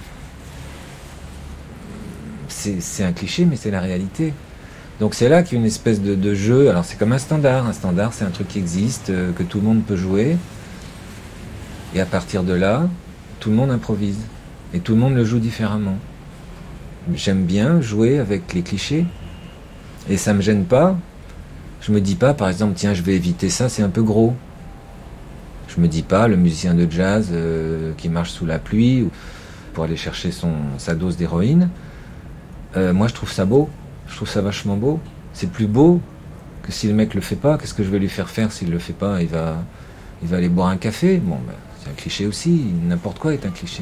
c'est un cliché, mais c'est la réalité. Donc c'est là qu'il y a une espèce de jeu. Alors c'est comme un standard. Un standard, c'est un truc qui existe, que tout le monde peut jouer. Et à partir de là, tout le monde improvise. Et tout le monde le joue différemment. J'aime bien jouer avec les clichés. Et ça me gêne pas. Je me dis pas, par exemple, tiens, je vais éviter ça, c'est un peu gros. Je me dis pas, le musicien de jazz qui marche sous la pluie pour aller chercher sa dose d'héroïne. Moi, je trouve ça beau. Je trouve ça vachement beau. C'est plus beau que si le mec le fait pas. Qu'est-ce que je vais lui faire s'il le fait pas? Il va aller boire un café. Bon, ben, c'est un cliché aussi. N'importe quoi est un cliché.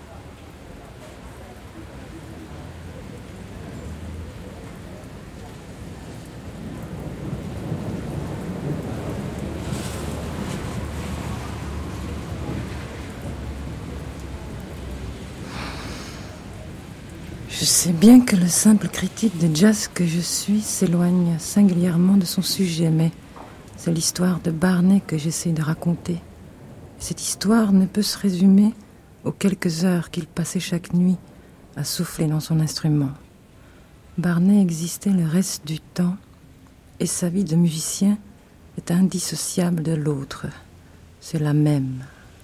Je sais bien que le simple critique de jazz que je suis s'éloigne singulièrement de son sujet, mais c'est l'histoire de Barnet que j'essaie de raconter. Cette histoire ne peut se résumer aux quelques heures qu'il passait chaque nuit à souffler dans son instrument. Barnet existait le reste du temps, et sa vie de musicien est indissociable de l'autre. C'est la même.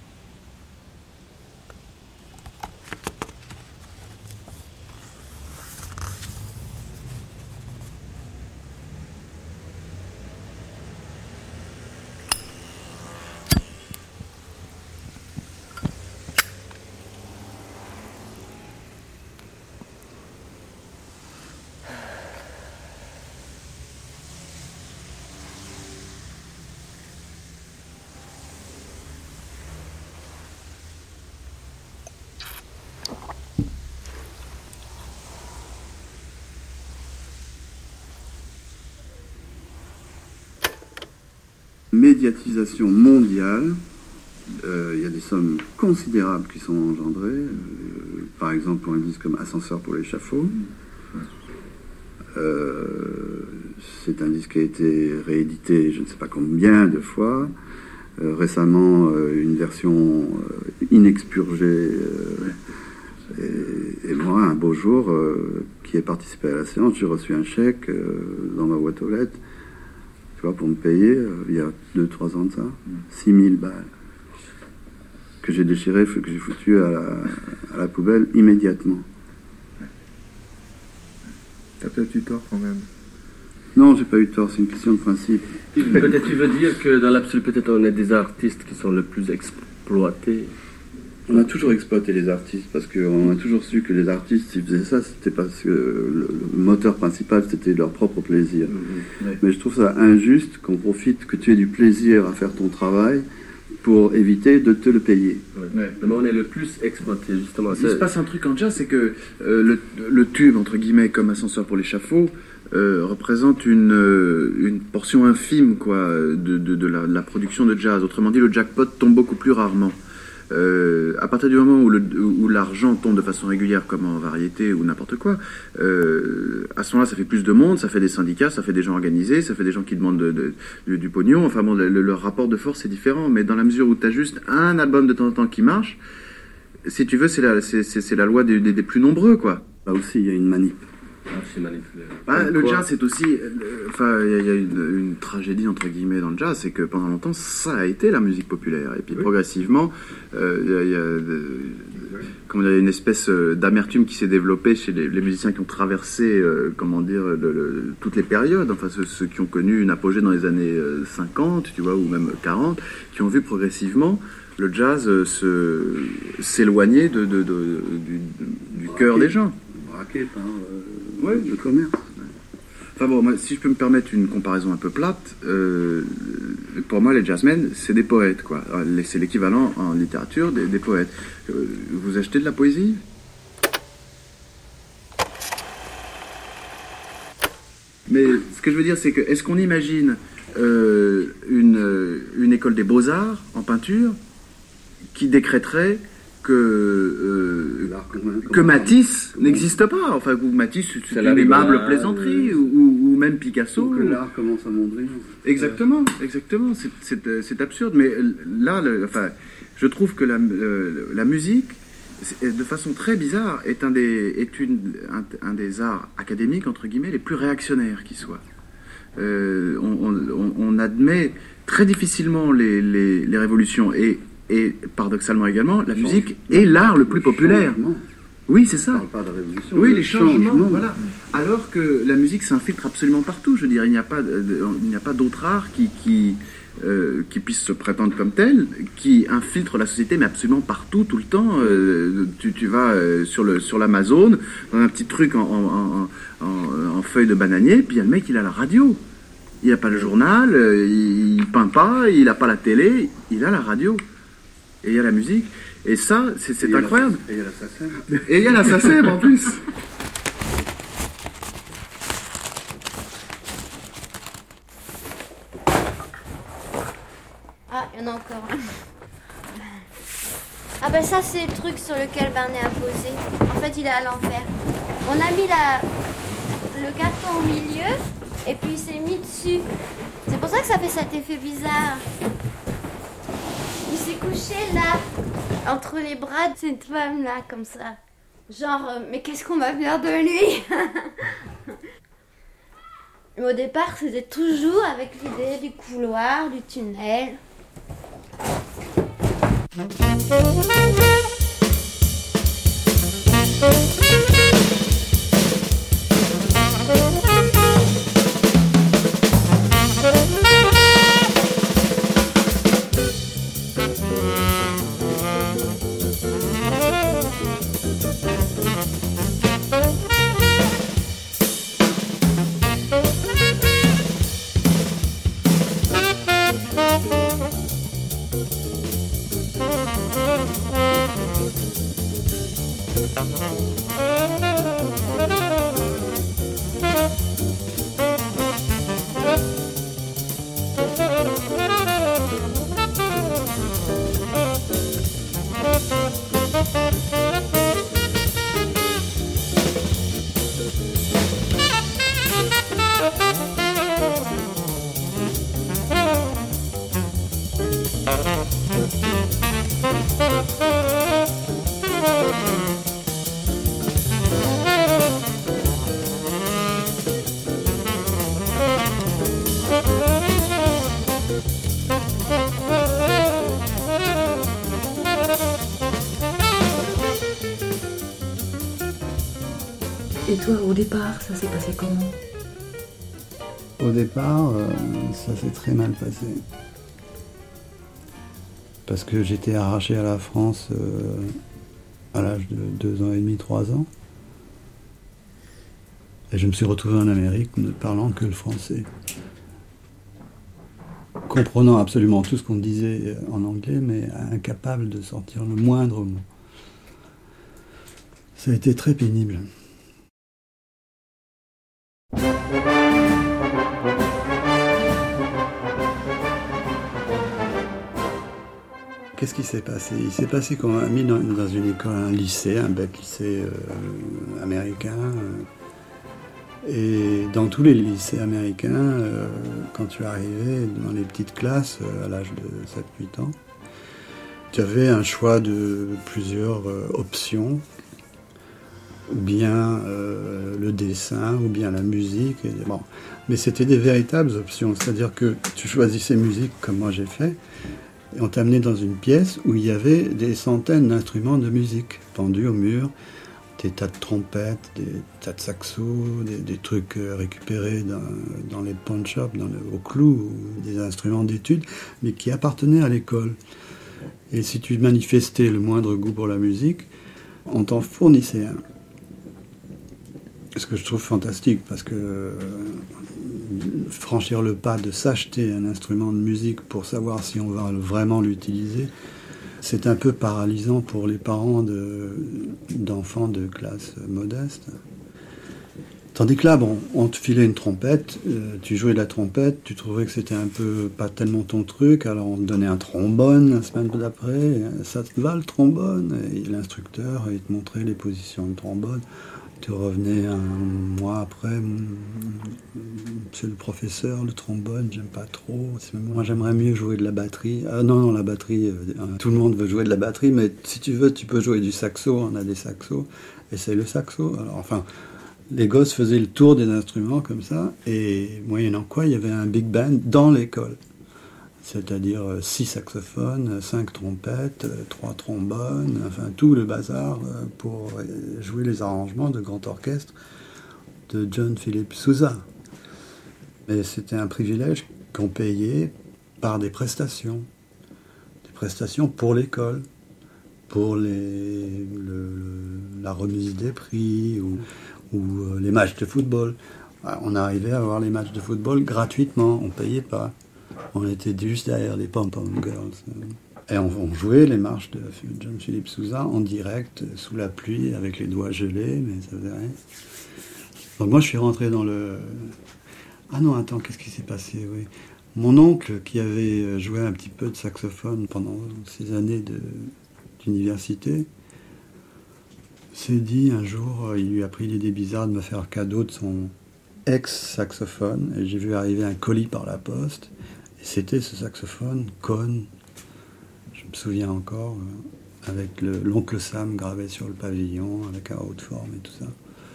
Médiatisation mondiale, il y a des sommes considérables qui sont engendrées, par exemple pour un disque comme Ascenseur pour l'échafaud. C'est un disque qui a été réédité je ne sais pas combien de fois. Récemment, une version inexpurgée Et moi, un beau jour, qui ai participé à la séance, j'ai reçu un chèque dans ma boîte aux lettres, tu vois, pour me payer, il y a 2-3 ans de ça, 6 000 balles, que j'ai déchiré, que j'ai foutu à la poubelle immédiatement. T'as peut-être eu tort quand même. Non, j'ai pas eu tort, c'est une question de principe. Peut-être tu veux dire que dans l'absolu, peut-être on est des artistes qui sont le plus exploités. On a toujours exploité les artistes, parce qu'on a toujours su que les artistes, s'ils faisaient ça, c'était parce que le moteur principal, c'était leur propre plaisir. Ouais. Mais je trouve ça injuste qu'on profite, que tu aies du plaisir à faire ton travail pour éviter de te le payer. Ouais. Mais on est le plus exploité, justement. Il se passe un truc en jazz, c'est que le tube, entre guillemets, comme ascenseur pour l'échafaud, représente une portion infime quoi, de la production de jazz. Autrement dit, le jackpot tombe beaucoup plus rarement. À partir du moment où l'argent tombe de façon régulière, comme en variété ou n'importe quoi, à ce moment-là, ça fait plus de monde, ça fait des syndicats, ça fait des gens organisés, ça fait des gens qui demandent du pognon. Enfin bon, leur rapport de force est différent, mais dans la mesure où tu as juste un album de temps en temps qui marche, si tu veux, c'est la loi des plus nombreux, quoi. Là aussi, il y a une manip. Le jazz, c'est aussi... il y a une tragédie, entre guillemets, dans le jazz, c'est que pendant longtemps, ça a été la musique populaire. Et puis, progressivement, il y a une espèce d'amertume qui s'est développée chez les musiciens qui ont traversé, toutes les périodes. Enfin, ceux qui ont connu une apogée dans les années 50, tu vois, ou même 40, qui ont vu progressivement le jazz s'éloigner du cœur des gens. Braqué par le commerce. Enfin bon, moi, si je peux me permettre une comparaison un peu plate, pour moi les jazzmen c'est des poètes quoi. C'est l'équivalent en littérature des poètes. Vous achetez de la poésie ? Mais ce que je veux dire c'est que est-ce qu'on imagine une école des beaux-arts en peinture qui décréterait que Matisse n'existe pas, enfin, ou Matisse, c'est une aimable plaisanterie, ou même Picasso. Ou que l'art commence à mondrir. Exactement, c'est absurde, mais là, je trouve que la musique, de façon très bizarre, est un des arts académiques, entre guillemets, les plus réactionnaires qui soient. On admet très difficilement les révolutions, et paradoxalement également, la musique est l'art le plus populaire. Oui, c'est ça. On parle pas de révolution. Oui, les changements, voilà. Alors que la musique s'infiltre absolument partout. Je veux dire, il n'y a pas d'autre art qui puisse se prétendre comme tel, qui infiltre la société, mais absolument partout, tout le temps. Tu vas sur l'Amazon, dans un petit truc en feuille de bananier, puis il y a le mec, il a la radio. Il n'a pas le journal, il peint pas, il n'a pas la télé, il a la radio. Et il y a la musique. Et ça, c'est incroyable. Et il y a la SACEM. Et il y a la SACEM en plus. Ah, il y en a encore un. Ah ben ça, c'est le truc sur lequel Barnet a posé. En fait, il est à l'envers. On a mis le carton au milieu, et puis il s'est mis dessus. C'est pour ça que ça fait cet effet bizarre. Il s'est couché là, entre les bras de cette femme-là, comme ça. Genre, mais qu'est-ce qu'on va faire de lui? Mais au départ, c'était toujours avec l'idée du couloir, du tunnel. Et toi, au départ, ça s'est passé comment? Au départ, ça s'est très mal passé. Parce que j'étais arraché à la France à l'âge de 2 ans et demi, 3 ans. Et je me suis retrouvé en Amérique ne parlant que le français. Comprenant absolument tout ce qu'on disait en anglais, mais incapable de sortir le moindre mot. Ça a été très pénible. Qu'est-ce qui s'est passé? Il s'est passé qu'on m'a mis dans une école, un lycée, un bête lycée américain. Et dans tous les lycées américains, quand tu arrivais dans les petites classes à l'âge de 7-8 ans, tu avais un choix de plusieurs options, ou bien le dessin, ou bien la musique. Et, bon. Mais c'était des véritables options, c'est-à-dire que tu choisissais musique comme moi j'ai fait, et on t'amenait dans une pièce où il y avait des centaines d'instruments de musique pendus au mur, des tas de trompettes, des tas de saxos, des trucs récupérés dans les pawn shops, au clou, des instruments d'études, mais qui appartenaient à l'école. Et si tu manifestais le moindre goût pour la musique, on t'en fournissait un. Ce que je trouve fantastique, parce que franchir le pas de s'acheter un instrument de musique pour savoir si on va vraiment l'utiliser, c'est un peu paralysant pour les parents d'enfants de classe modeste. Tandis que là, bon, on te filait une trompette, tu jouais de la trompette, tu trouvais que c'était un peu pas tellement ton truc, alors on te donnait un trombone la semaine d'après, ça te va le trombone? Et l'instructeur, il te montrait les positions de trombone. Tu revenais un mois après, monsieur le professeur, le trombone, j'aime pas trop. Moi, j'aimerais mieux jouer de la batterie. Ah non, la batterie, tout le monde veut jouer de la batterie, mais si tu veux, tu peux jouer du saxo, on a des saxos, essaye le saxo. Alors, enfin, les gosses faisaient le tour des instruments comme ça, et moyennant quoi, il y avait un big band dans l'école. C'est-à-dire 6 saxophones, 5 trompettes, 3 trombones, enfin tout le bazar pour jouer les arrangements de grand orchestre de John Philip Sousa. Mais c'était un privilège qu'on payait par des prestations pour l'école, pour la remise des prix ou les matchs de football. On arrivait à voir les matchs de football gratuitement, on ne payait pas. On était juste derrière les pom-pom girls. Et on jouait les marches de John Philip Sousa en direct, sous la pluie, avec les doigts gelés, mais ça faisait rien. Donc moi, je suis rentré dans le... Ah non, attends, qu'est-ce qui s'est passé? Oui. Mon oncle, qui avait joué un petit peu de saxophone pendant ses années d'université, s'est dit un jour, il lui a pris l'idée bizarre de me faire cadeau de son ex-saxophone, et j'ai vu arriver un colis par la poste. C'était ce saxophone, Kohn, je me souviens encore, avec l'oncle Sam gravé sur le pavillon, avec un haut de forme et tout ça.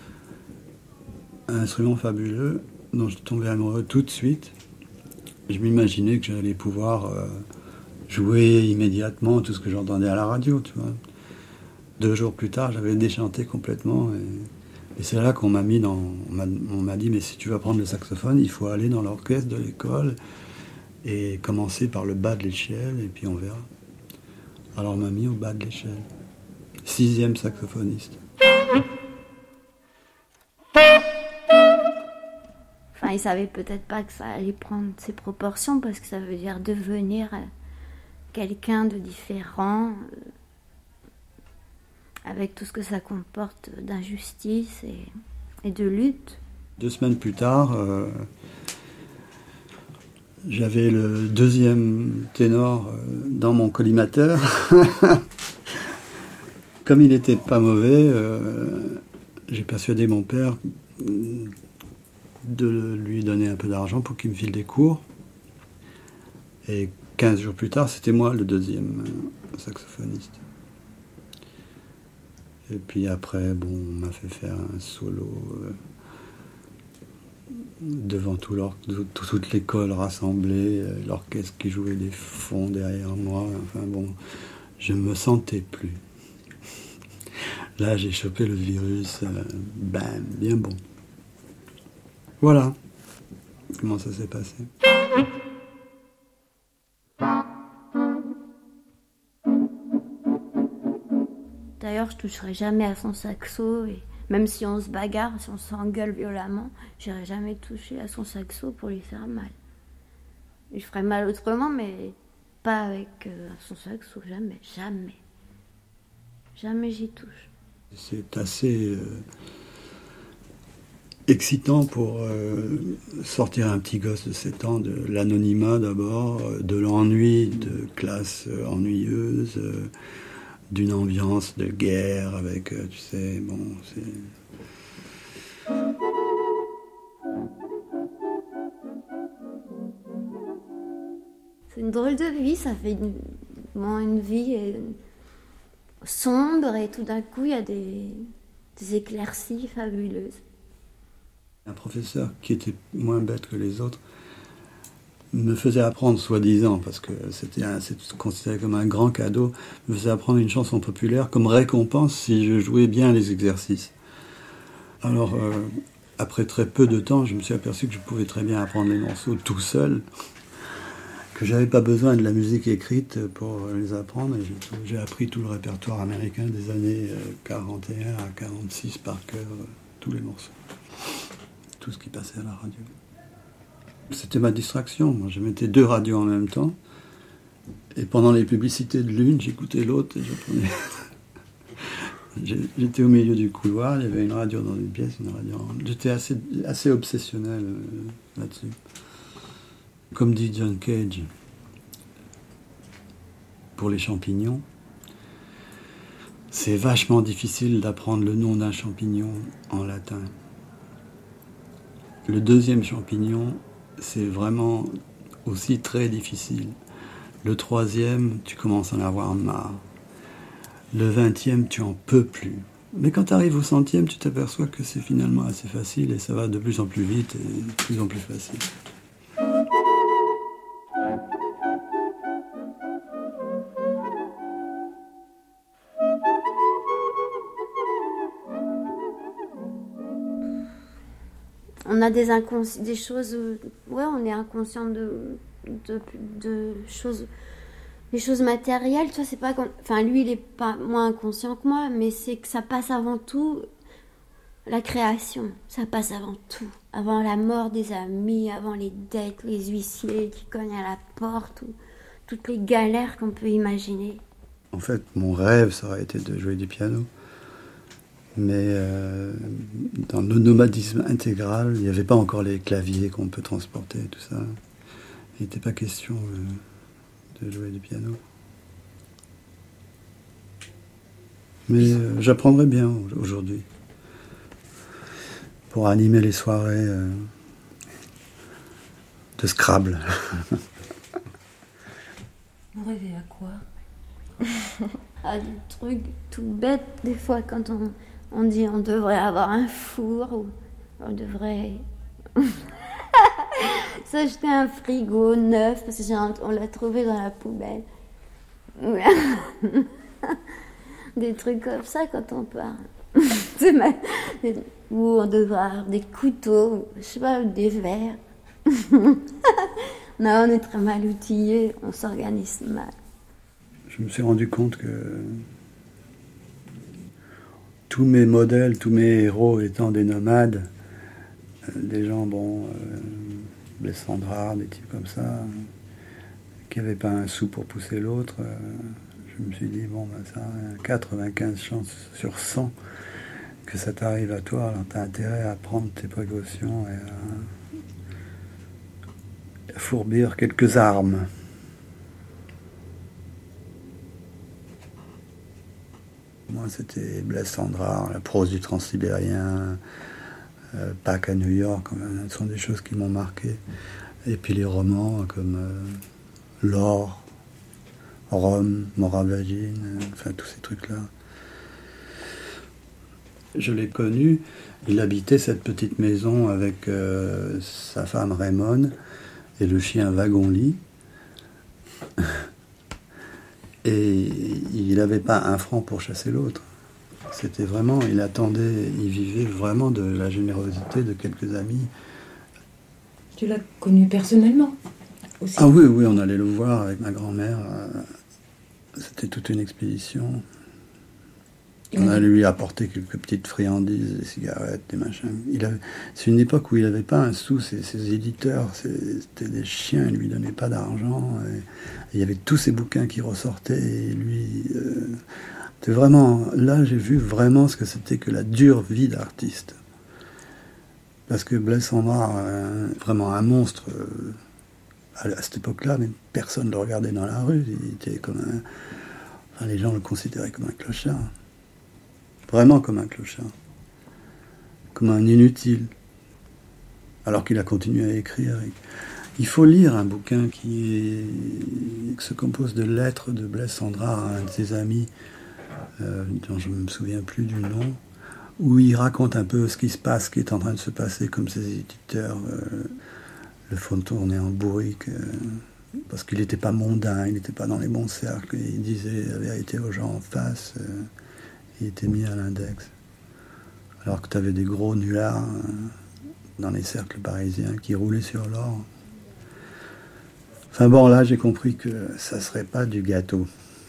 Un instrument fabuleux dont je tombais amoureux tout de suite. Je m'imaginais que j'allais pouvoir jouer immédiatement tout ce que j'entendais à la radio, tu vois. 2 jours plus tard, j'avais déchanté complètement. Et c'est là qu'on m'a mis on m'a dit, mais si tu vas prendre le saxophone, il faut aller dans l'orchestre de l'école et commencer par le bas de l'échelle, et puis on verra. Alors on m'a mis au bas de l'échelle. 6e saxophoniste. Enfin, il savait peut-être pas que ça allait prendre ses proportions, parce que ça veut dire devenir quelqu'un de différent, avec tout ce que ça comporte d'injustice et de lutte. 2 semaines plus tard, j'avais le 2e ténor dans mon collimateur. Comme il n'était pas mauvais, j'ai persuadé mon père de lui donner un peu d'argent pour qu'il me file des cours. Et 15 jours plus tard, c'était moi le 2e saxophoniste. Et puis après, bon, on m'a fait faire un solo devant toute l'école rassemblée, l'orchestre qui jouait des fonds derrière moi. Enfin bon, je me sentais plus. Là, j'ai chopé le virus, bam, bien bon. Voilà comment ça s'est passé. D'ailleurs, je toucherai jamais à son saxo, et même si on se bagarre, si on s'engueule violemment, j'irai jamais toucher à son saxo pour lui faire mal. Je ferai mal autrement, mais pas avec son saxo, jamais, jamais. Jamais j'y touche. C'est assez excitant pour sortir un petit gosse de 7 ans de l'anonymat d'abord, de l'ennui de classe ennuyeuse, d'une ambiance de guerre avec, tu sais, bon, c'est... C'est une drôle de vie, ça fait une vie sombre et tout d'un coup il y a des éclaircies fabuleuses. Un professeur qui était moins bête que les autres me faisait apprendre, soi-disant, parce que c'était considéré comme un grand cadeau, me faisait apprendre une chanson populaire comme récompense si je jouais bien les exercices. Alors, après très peu de temps, je me suis aperçu que je pouvais très bien apprendre les morceaux tout seul, que j'avais pas besoin de la musique écrite pour les apprendre, et j'ai appris tout le répertoire américain des années 41 à 46 par cœur, tous les morceaux, tout ce qui passait à la radio. C'était ma distraction. Moi, je mettais 2 radios en même temps. Et pendant les publicités de l'une, j'écoutais l'autre. Et j'étais au milieu du couloir. Il y avait une radio dans une pièce, une radio en... J'étais assez obsessionnel là-dessus. Comme dit John Cage, pour les champignons, c'est vachement difficile d'apprendre le nom d'un champignon en latin. Le 2e champignon, c'est vraiment aussi très difficile. Le 3e, tu commences à en avoir marre. Le 20e, tu en peux plus. Mais quand tu arrives au 100e, tu t'aperçois que c'est finalement assez facile et ça va de plus en plus vite et de plus en plus facile. On a des choses, ouais, on est inconscient de choses, des choses matérielles, tu vois, c'est pas, enfin lui il est pas moins inconscient que moi, mais c'est que ça passe avant tout, la création, ça passe avant tout, avant la mort des amis, avant les dettes, les huissiers qui cognent à la porte, ou toutes les galères qu'on peut imaginer. En fait, mon rêve, ça aurait été de jouer du piano. Mais dans le nomadisme intégral, il n'y avait pas encore les claviers qu'on peut transporter, tout ça. Il n'était pas question de jouer du piano. Mais j'apprendrai bien aujourd'hui. Pour animer les soirées de Scrabble. Vous rêvez à quoi? À des trucs tout bêtes, des fois, quand on dit on devrait avoir un four, ou on devrait s'acheter un frigo neuf parce qu'on l'a trouvé dans la poubelle. Des trucs comme ça quand on parle. Ou on devrait avoir des couteaux, je sais pas, des verres. Non, on est très mal outillés, on s'organise mal. Je me suis rendu compte que tous mes modèles, tous mes héros étant des nomades, des gens, Blaise Cendrars, des types comme ça, qui n'avaient pas un sou pour pousser l'autre, je me suis dit, ça a 95 chances sur 100 que ça t'arrive à toi, alors t'as intérêt à prendre tes précautions et à fourbir quelques armes. Moi, c'était Blaise Cendrars, la prose du Transsibérien, Pâques à New York, ce sont des choses qui m'ont marqué. Et puis les romans comme L'Or, Rome, Moravagine, enfin tous ces trucs-là. Je l'ai connu, il habitait cette petite maison avec sa femme Raymond et le chien Wagon-Lit. Et il n'avait pas un franc pour chasser l'autre. C'était vraiment, il vivait vraiment de la générosité de quelques amis. Tu l'as connu personnellement aussi? Ah oui, on allait le voir avec ma grand-mère. C'était toute une expédition. On allait lui apporter quelques petites friandises, des cigarettes, des machins. C'est une époque où il n'avait pas un sou, ses éditeurs, c'était des chiens, ils ne lui donnaient pas d'argent. Et il y avait tous ces bouquins qui ressortaient, et lui... c'était vraiment... Là, j'ai vu vraiment ce que c'était que la dure vie d'artiste. Parce que Blaise Cendrars, vraiment un monstre... à cette époque-là, mais personne ne le regardait dans la rue. Il était comme un... Enfin, les gens le considéraient comme un clochard. Vraiment comme un clochard. Comme un inutile. Alors qu'il a continué à écrire. Il faut lire un bouquin qui se compose de lettres de Blaise Cendrars à un de ses amis, dont je ne me souviens plus du nom, où il raconte un peu ce qui se passe, ce qui est en train de se passer, comme ses éditeurs le font tourner en bourrique, parce qu'il n'était pas mondain, il n'était pas dans les bons cercles, il disait la vérité aux gens en face, il était mis à l'index. Alors que tu avais des gros nullards dans les cercles parisiens qui roulaient sur l'or. Enfin bon, là j'ai compris que ça serait pas du gâteau.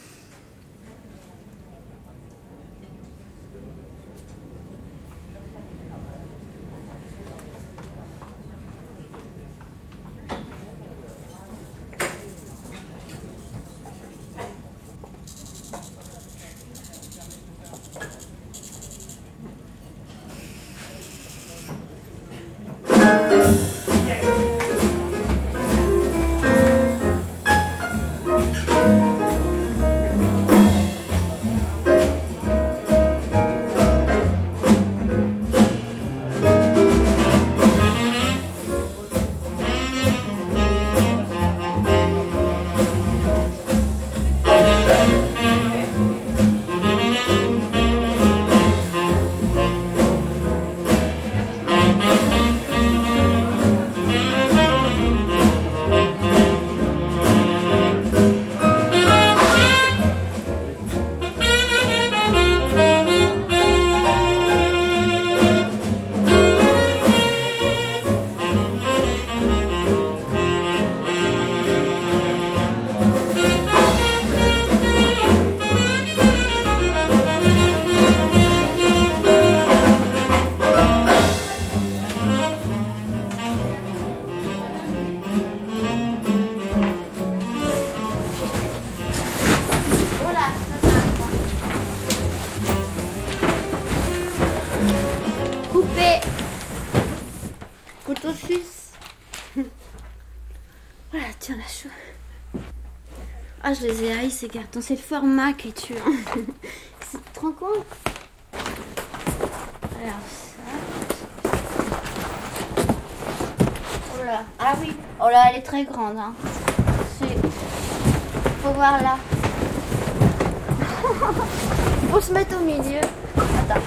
Ah, je les ai haïs ces cartons, c'est le format qui tue. Tu te rends compte? Alors ça... Oh là, ah oui, oh là, elle est très grande. Hein. Faut voir là. Faut se mettre au milieu. Attends.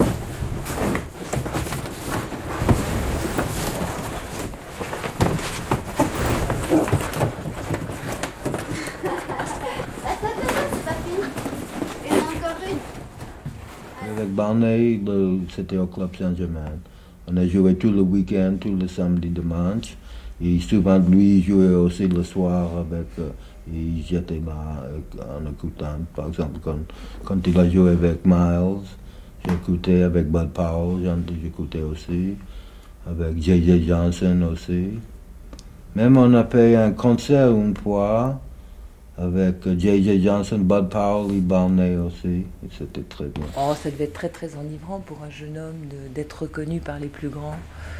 Avec Barney, c'était au Club Saint-Germain. On a joué tout le week-end, tout le samedi, dimanche. Et souvent, lui, jouait aussi le soir avec... j'étais là en écoutant. Par exemple, quand il a joué avec Miles, j'écoutais avec Bud Powell, j'écoutais aussi. Avec J.J. Johnson aussi. Même on a fait un concert une fois avec J.J. Johnson, Bud Powell et Barney aussi. Et c'était très bien. Oh, ça devait être très très enivrant pour un jeune homme d'être reconnu par les plus grands.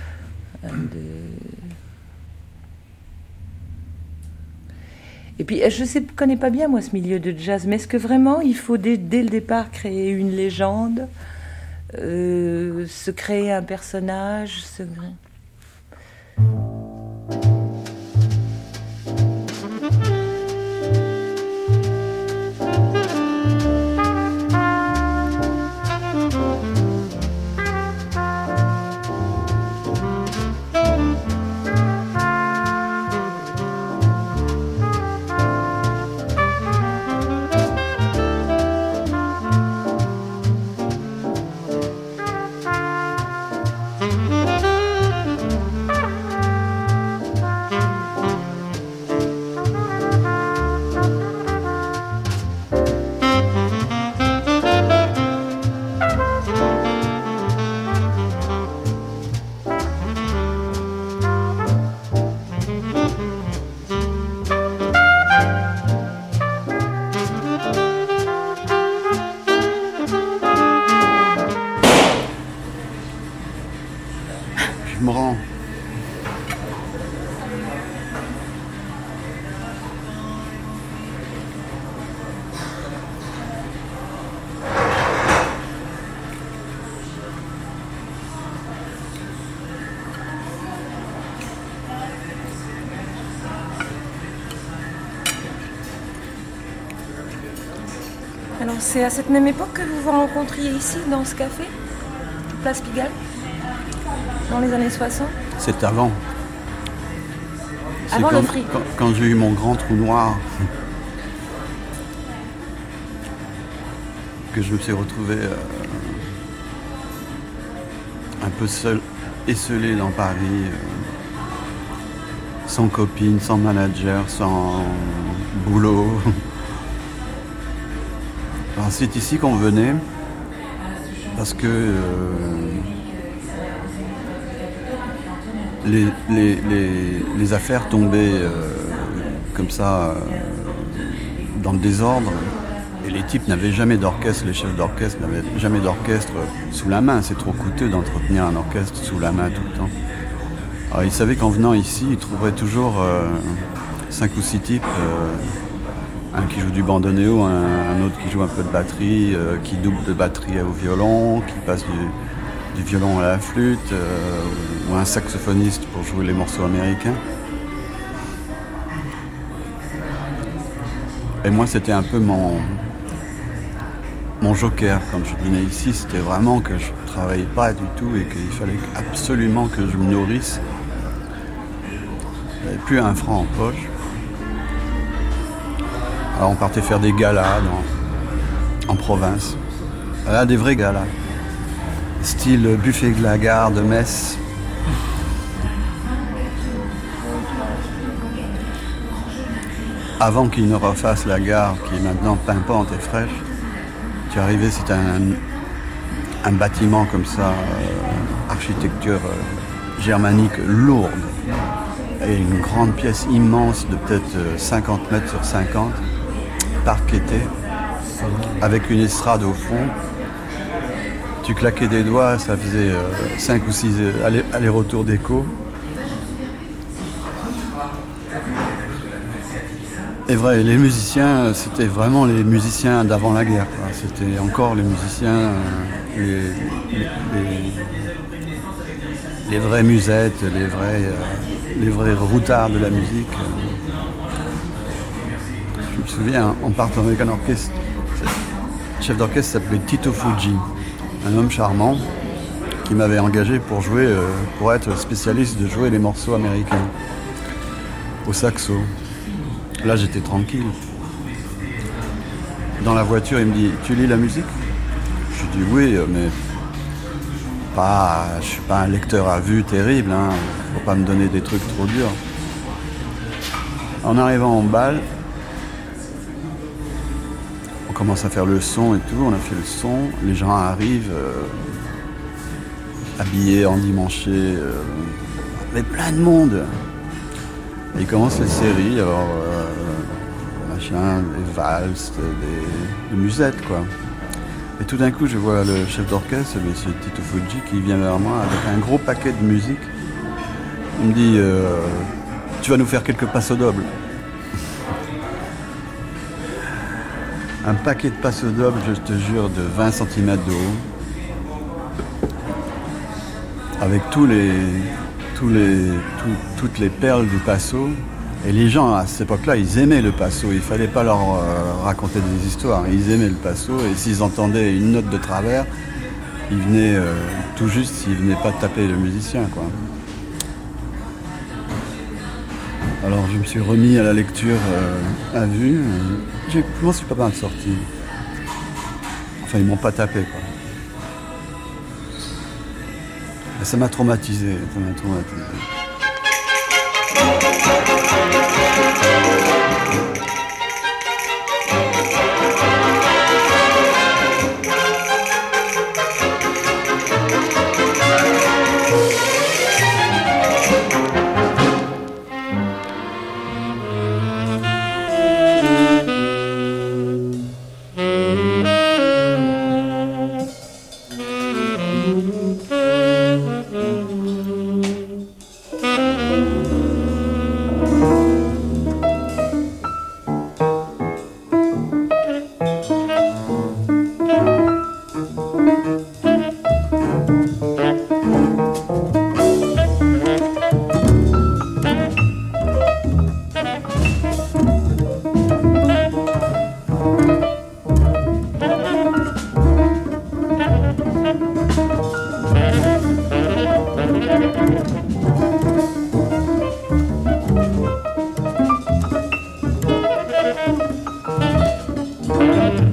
Et puis, je connais pas bien moi ce milieu de jazz, mais est-ce que vraiment il faut dès le départ créer une légende, se créer un personnage, grand. Alors c'est à cette même époque que vous vous rencontriez ici, dans ce café, Place Pigalle, dans les années 60? C'est avant. Avant le fric. Quand j'ai eu mon grand trou noir, que je me suis retrouvé un peu seul, esseulé dans Paris, sans copine, sans manager, sans boulot. Alors, c'est ici qu'on venait parce que les affaires tombaient comme ça dans le désordre et les types n'avaient jamais d'orchestre, les chefs d'orchestre n'avaient jamais d'orchestre sous la main. C'est trop coûteux d'entretenir un orchestre sous la main tout le temps. Alors, ils savaient qu'en venant ici, ils trouveraient toujours 5 ou 6 types. Un qui joue du bandoneon, un autre qui joue un peu de batterie, qui double de batterie au violon, qui passe du violon à la flûte, ou un saxophoniste pour jouer les morceaux américains. Et moi, c'était un peu mon joker quand je venais ici. C'était vraiment que je ne travaillais pas du tout et qu'il fallait absolument que je me nourrisse. Il n'y avait plus un franc en poche. Alors on partait faire des galas en province. Là, des vrais galas. Style buffet de la gare de Metz. Avant qu'ils ne refassent la gare, qui est maintenant pimpante et fraîche, tu arrivais, c'était un bâtiment comme ça, architecture germanique lourde. Et une grande pièce immense de peut-être 50 mètres sur 50. Parquetté, avec une estrade au fond. Tu claquais des doigts, ça faisait 5 ou 6 allers-retours d'écho. Et vrai, les musiciens, c'était vraiment les musiciens d'avant la guerre, quoi. C'était encore les musiciens, les vraies musettes, les vrais routards de la musique. Je me souviens, on partait avec un orchestre. Le chef d'orchestre s'appelait Tito Fuji, un homme charmant qui m'avait engagé pour jouer, pour être spécialiste de jouer les morceaux américains au saxo. Là, j'étais tranquille. Dans la voiture, il me dit « Tu lis la musique ?» Je dis « Oui, mais je suis pas un lecteur à vue terrible, hein. Faut pas me donner des trucs trop durs. » En arrivant en bal, on commence à faire le son et tout, on a fait le son, les gens arrivent habillés, endimanchés, mais plein de monde. Et ils commencent les séries, alors des valses, des musettes, quoi. Et tout d'un coup, je vois le chef d'orchestre, M. Tito Fuji, qui vient vers moi avec un gros paquet de musique. Il me dit tu vas nous faire quelques passo dobles. Un paquet de passo dobles, je te jure, de 20 cm de haut, avec toutes les perles du passo. Et les gens, à cette époque-là, ils aimaient le passo. Il ne fallait pas leur raconter des histoires. Ils aimaient le passo. Et s'ils entendaient une note de travers, ils venaient tout juste s'ils ne venaient pas taper le musicien, quoi. Alors je me suis remis à la lecture à vue. Je m'en suis pas mal sorti. Enfin, ils m'ont pas tapé, quoi. Et ça m'a traumatisé.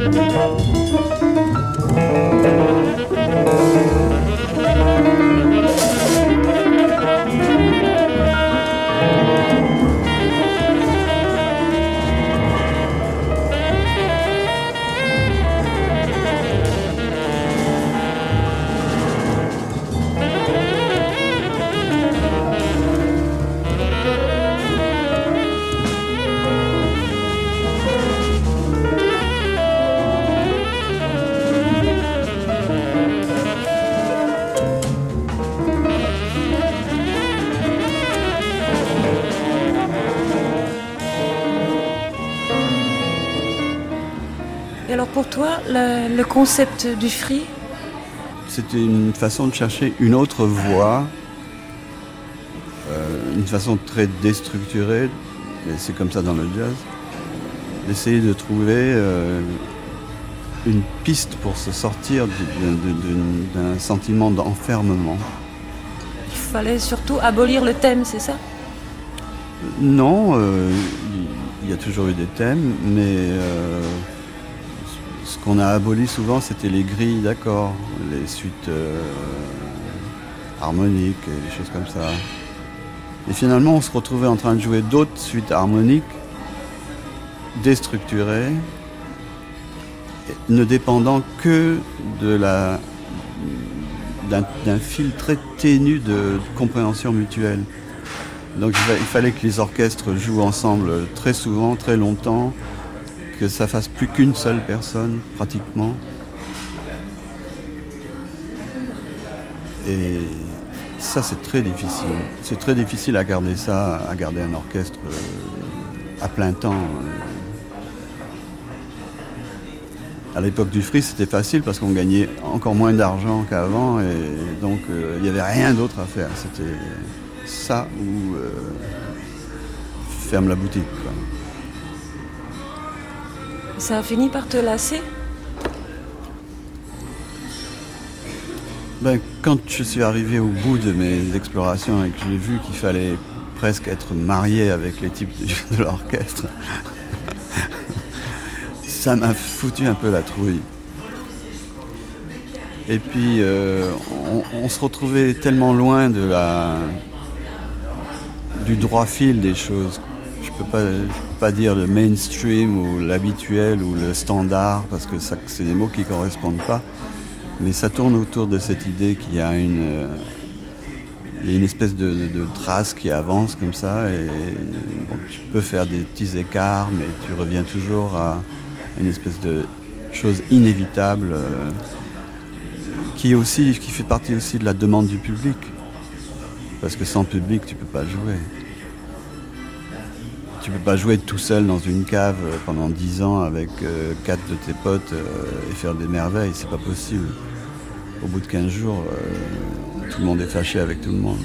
Alors pour toi, le concept du free, c'était une façon de chercher une autre voie, une façon très déstructurée, et c'est comme ça dans le jazz, d'essayer de trouver une piste pour se sortir d'un sentiment d'enfermement. il fallait surtout abolir le thème, c'est ça? Non, il y a toujours eu des thèmes, mais ce qu'on a aboli souvent, c'était les grilles d'accords, les suites harmoniques et des choses comme ça. Et finalement, on se retrouvait en train de jouer d'autres suites harmoniques, déstructurées, ne dépendant que d'un fil très ténu de compréhension mutuelle. Donc il fallait que les orchestres jouent ensemble très souvent, très longtemps, que ça fasse plus qu'une seule personne, pratiquement. Et ça, c'est très difficile. C'est très difficile à garder ça, à garder un orchestre à plein temps. À l'époque du free, c'était facile parce qu'on gagnait encore moins d'argent qu'avant et donc il n'y avait rien d'autre à faire. C'était ça ou ferme la boutique, quoi. Ça a fini par te lasser? Quand je suis arrivé au bout de mes explorations et que j'ai vu qu'il fallait presque être marié avec les types de l'orchestre, ça m'a foutu un peu la trouille. Et puis on se retrouvait tellement loin du droit fil des choses. Je peux pas dire le mainstream ou l'habituel ou le standard parce que c'est des mots qui ne correspondent pas. Mais ça tourne autour de cette idée qu'il y a une espèce de trace qui avance comme ça et bon, tu peux faire des petits écarts mais tu reviens toujours à une espèce de chose inévitable qui fait partie aussi de la demande du public. Parce que sans public, tu peux pas jouer. Tu peux pas jouer tout seul dans une cave pendant 10 ans avec 4 de tes potes et faire des merveilles, c'est pas possible. Au bout de 15 jours, tout le monde est fâché avec tout le monde.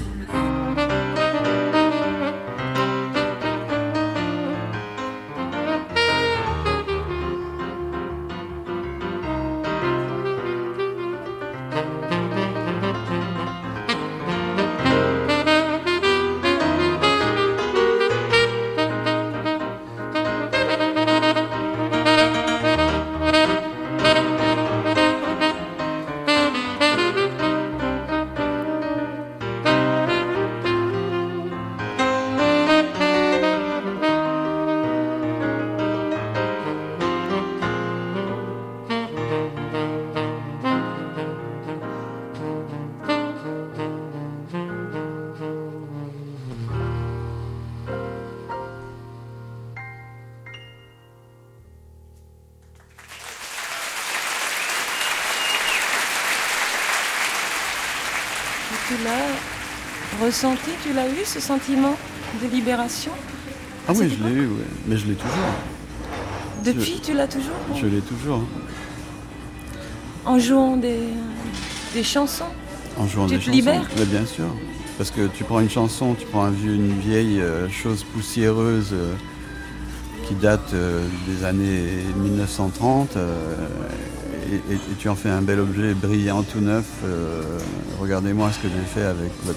Tu l'as ressenti, tu l'as eu ce sentiment de libération? Ah oui, je l'ai eu, ouais. Mais je l'ai toujours. Depuis, tu l'as toujours? Je l'ai toujours. En jouant des chansons? En jouant des chansons. Tu te libères? Mais bien sûr. Parce que tu prends une chanson, tu prends une vieille chose poussiéreuse qui date des années 1930 et tu en fais un bel objet brillant, tout neuf. Regardez-moi ce que j'ai fait avec votre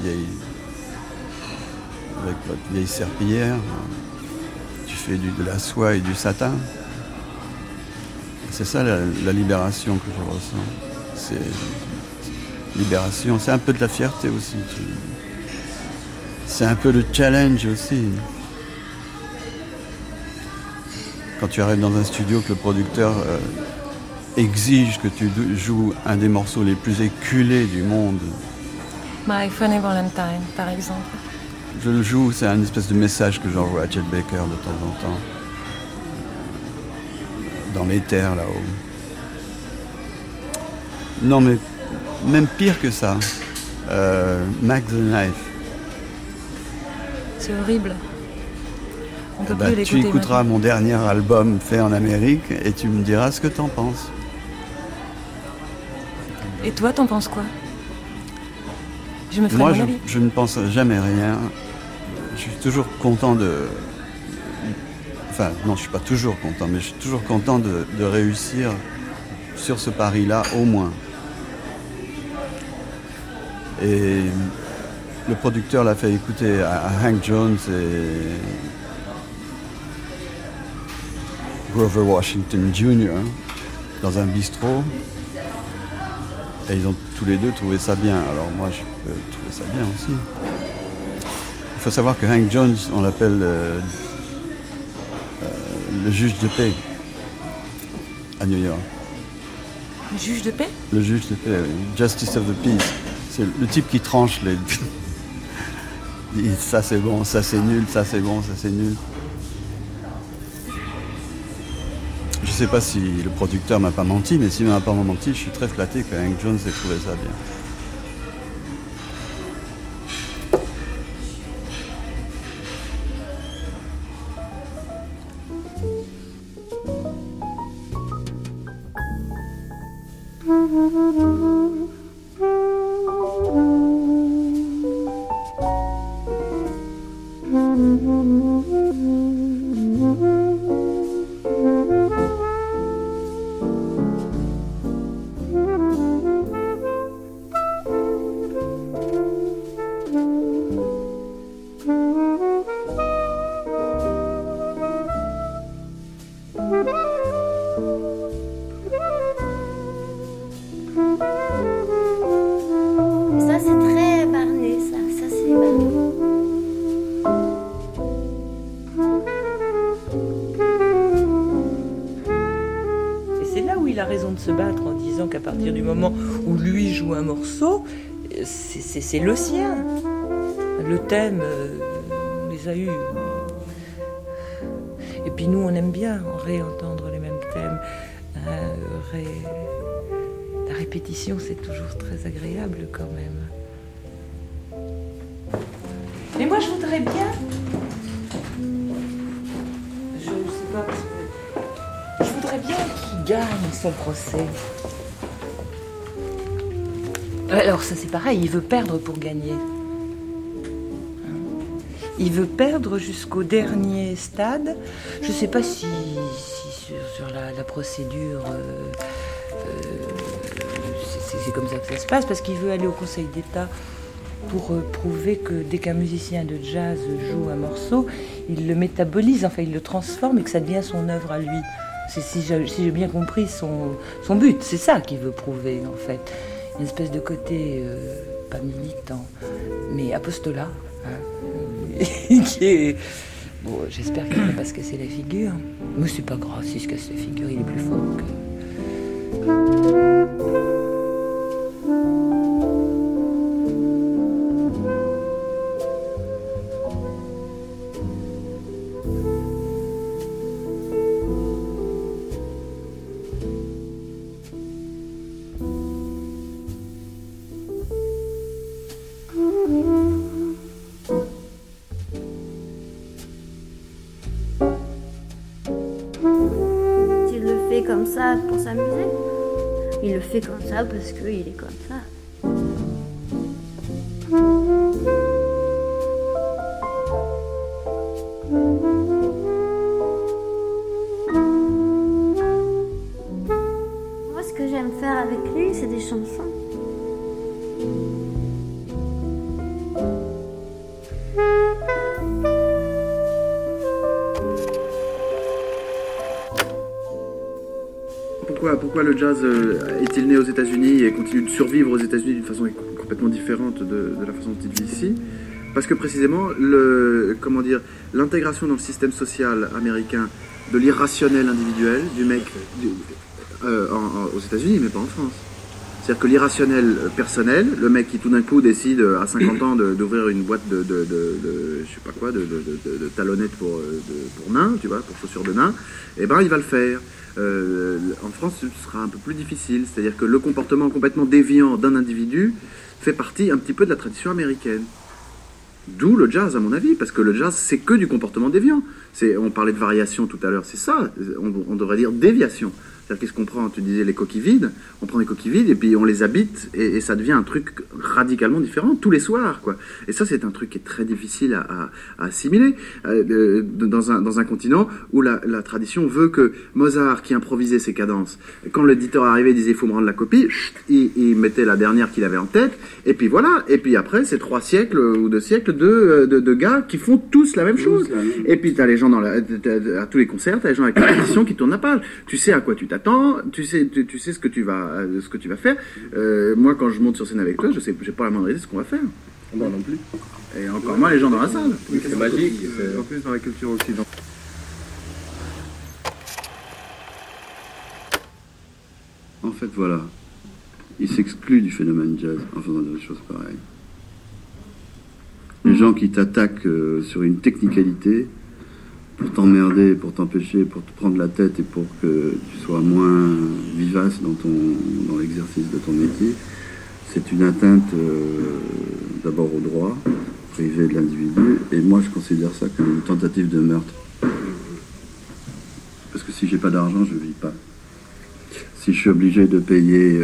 vieille serpillière. Tu fais de la soie et du satin. C'est ça la libération que je ressens. C'est libération, c'est un peu de la fierté aussi. C'est un peu le challenge aussi. Quand tu arrives dans un studio, que le producteur exige que tu joues un des morceaux les plus éculés du monde. My Funny Valentine, par exemple. Je le joue, c'est un espèce de message que j'envoie à Chet Baker de temps en temps. Dans l'éther, là-haut. Non, mais même pire que ça. Mac the Knife. C'est horrible. On peut plus l'écouter. Tu écouteras mon dernier album fait en Amérique et tu me diras ce que t'en penses. Et toi, t'en penses quoi? Je me ferai mon avis. Moi, je ne pense jamais rien. Je suis toujours content de... Enfin, non, je suis pas toujours content, mais je suis toujours content de réussir sur ce pari-là, au moins. Et le producteur l'a fait écouter à Hank Jones et Grover Washington Jr. dans un bistrot. Et ils ont tous les deux trouvé ça bien. Alors moi, je peux trouver ça bien aussi. Il faut savoir que Hank Jones, on l'appelle le juge de paix à New York. Le juge de paix? Le juge de paix, Justice of the Peace. C'est le type qui tranche les... Il dit ça c'est bon, ça c'est nul, ça c'est bon, ça c'est nul. Je sais pas si le producteur m'a pas menti, mais s'il m'a pas menti, je suis très flatté que Hank Jones ait trouvé ça bien. Se battre en disant qu'à partir du moment où lui joue un morceau, c'est le sien. Le thème, on les a eus. Et puis nous, on aime bien réentendre les mêmes thèmes. La répétition, c'est toujours très agréable quand même. Mais moi, je voudrais bien... Je ne sais pas... Je voudrais bien qu'il gagne son procès. Alors ça c'est pareil, il veut perdre pour gagner. Il veut perdre jusqu'au dernier stade. Je ne sais pas si sur la procédure, c'est comme ça que ça se passe, parce qu'il veut aller au Conseil d'État pour prouver que dès qu'un musicien de jazz joue un morceau, il le métabolise, enfin il le transforme et que ça devient son œuvre à lui. Si j'ai bien compris son but, c'est ça qu'il veut prouver en fait. Une espèce de côté, pas militant, mais apostolat, hein, qui est... Bon, j'espère qu'il ne va pas se casser la figure, mais c'est pas grave, s'il se casse la figure, il est plus fort que... Comme ça pour s'amuser. Il le fait comme ça parce qu'il est comme ça. Moi, ce que j'aime faire avec lui, c'est des chansons. Pourquoi le jazz est-il né aux États-Unis et continue de survivre aux États-Unis d'une façon complètement différente de la façon dont il vit ici? Parce que précisément, l'intégration dans le système social américain de l'irrationnel individuel du mec aux États-Unis, mais pas en France. C'est-à-dire que l'irrationnel personnel, le mec qui tout d'un coup décide à 50 ans d'ouvrir une boîte de talonnettes pour nains, tu vois, pour chaussures de nains, eh ben il va le faire. En France, ce sera un peu plus difficile. C'est-à-dire que le comportement complètement déviant d'un individu fait partie un petit peu de la tradition américaine. D'où le jazz, à mon avis, parce que le jazz, c'est que du comportement déviant. On parlait de variation tout à l'heure, c'est ça, on devrait dire déviation. C'est-à-dire qu'est-ce qu'on prend? Tu disais les coquilles vides, on prend des coquilles vides et puis on les habite et ça devient un truc radicalement différent tous les soirs, quoi. Et ça, c'est un truc qui est très difficile à assimiler dans un continent où la tradition veut que Mozart, qui improvisait ses cadences, quand l'éditeur arrivait, il disait il faut me rendre la copie, il mettait la dernière qu'il avait en tête et puis voilà. Et puis après, c'est 3 siècles ou 2 siècles de gars qui font tous la même chose. Et puis t'as les gens à tous les concerts, t'as les gens avec la tradition qui tournent la page. Tu sais à quoi tu t'attends, tu sais ce que tu vas faire. Moi, quand je monte sur scène avec toi, j'ai pas la moindre idée de ce qu'on va faire. Moi non plus. Et encore moins les gens dans la salle. Oui, c'est magique. En plus, dans la culture occidentale. En fait, voilà. Il s'exclut du phénomène jazz en faisant des choses pareilles. Les gens qui t'attaquent sur une technicalité pour t'emmerder, pour t'empêcher, pour te prendre la tête et pour que tu sois moins vivace dans l'exercice de ton métier, c'est une atteinte d'abord au droit privé de l'individu, et moi je considère ça comme une tentative de meurtre. Parce que si j'ai pas d'argent, je vis pas. Si je suis obligé de payer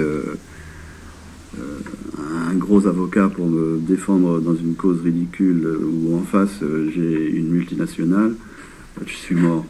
un gros avocat pour me défendre dans une cause ridicule où en face j'ai une multinationale, je suis mort.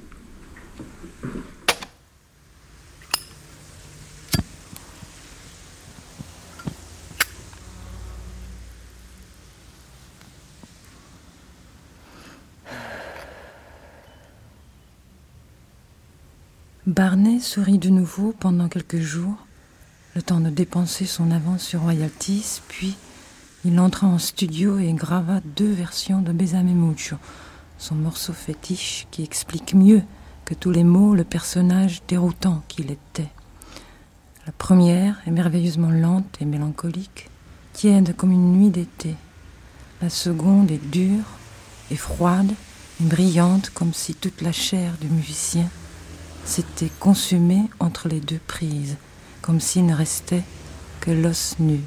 Barnet sourit de nouveau pendant quelques jours, le temps de dépenser son avance sur royalties, puis il entra en studio et grava 2 versions de Bésame Mucho, son morceau fétiche qui explique mieux que tous les mots le personnage déroutant qu'il était. La première est merveilleusement lente et mélancolique, tiède comme une nuit d'été. La seconde est dure et froide et brillante comme si toute la chair du musicien s'était consumée entre les 2 prises, comme s'il ne restait que l'os nu.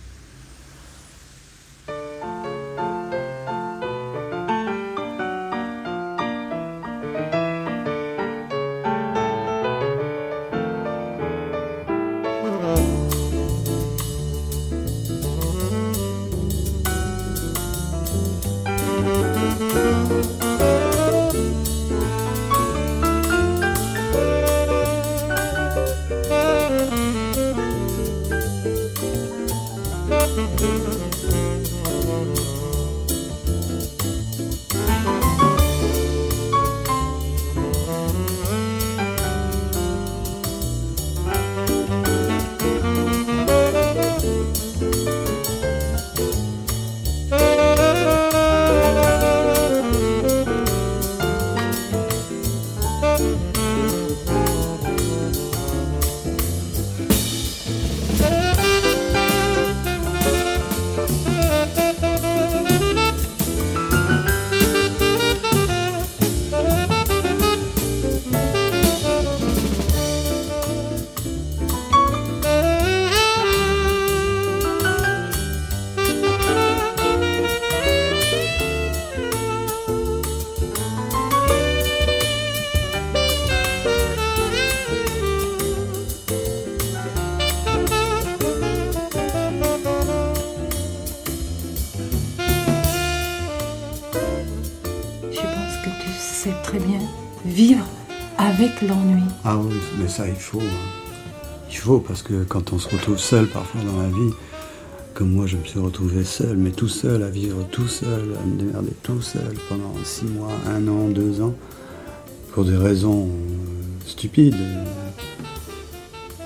Vivre avec l'ennui. Ah oui, mais ça il faut. Il faut, parce que quand on se retrouve seul parfois dans la vie, comme moi je me suis retrouvé seul, mais tout seul, à vivre tout seul, à me démerder tout seul pendant 6 mois, 1 an, 2 ans, pour des raisons stupides.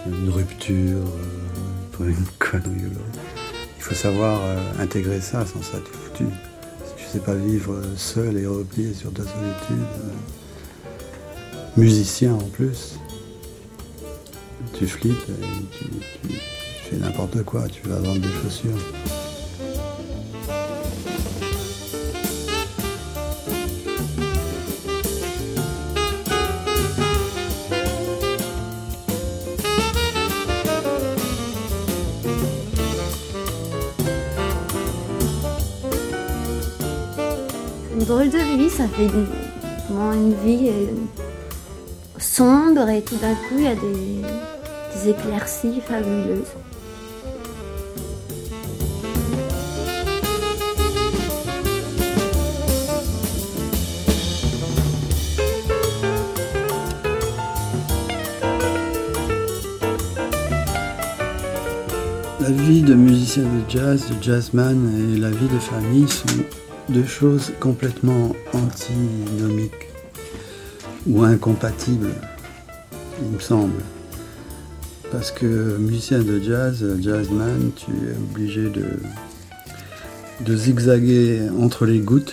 une rupture, pour une connerie ou l'autre. Il faut savoir intégrer ça, sans ça tu es foutu. Si tu sais pas vivre seul et replié sur ta solitude, musicien en plus, tu flippes et tu fais n'importe quoi, tu vas vendre des chaussures. Une drôle de vie, ça fait une vie sombre et tout d'un coup il y a des éclaircies fabuleuses. La vie de musicien de jazz, de jazzman et la vie de famille sont deux choses complètement antinomiques ou incompatibles, il me semble. Parce que musicien de jazz, jazzman, tu es obligé de zigzaguer entre les gouttes,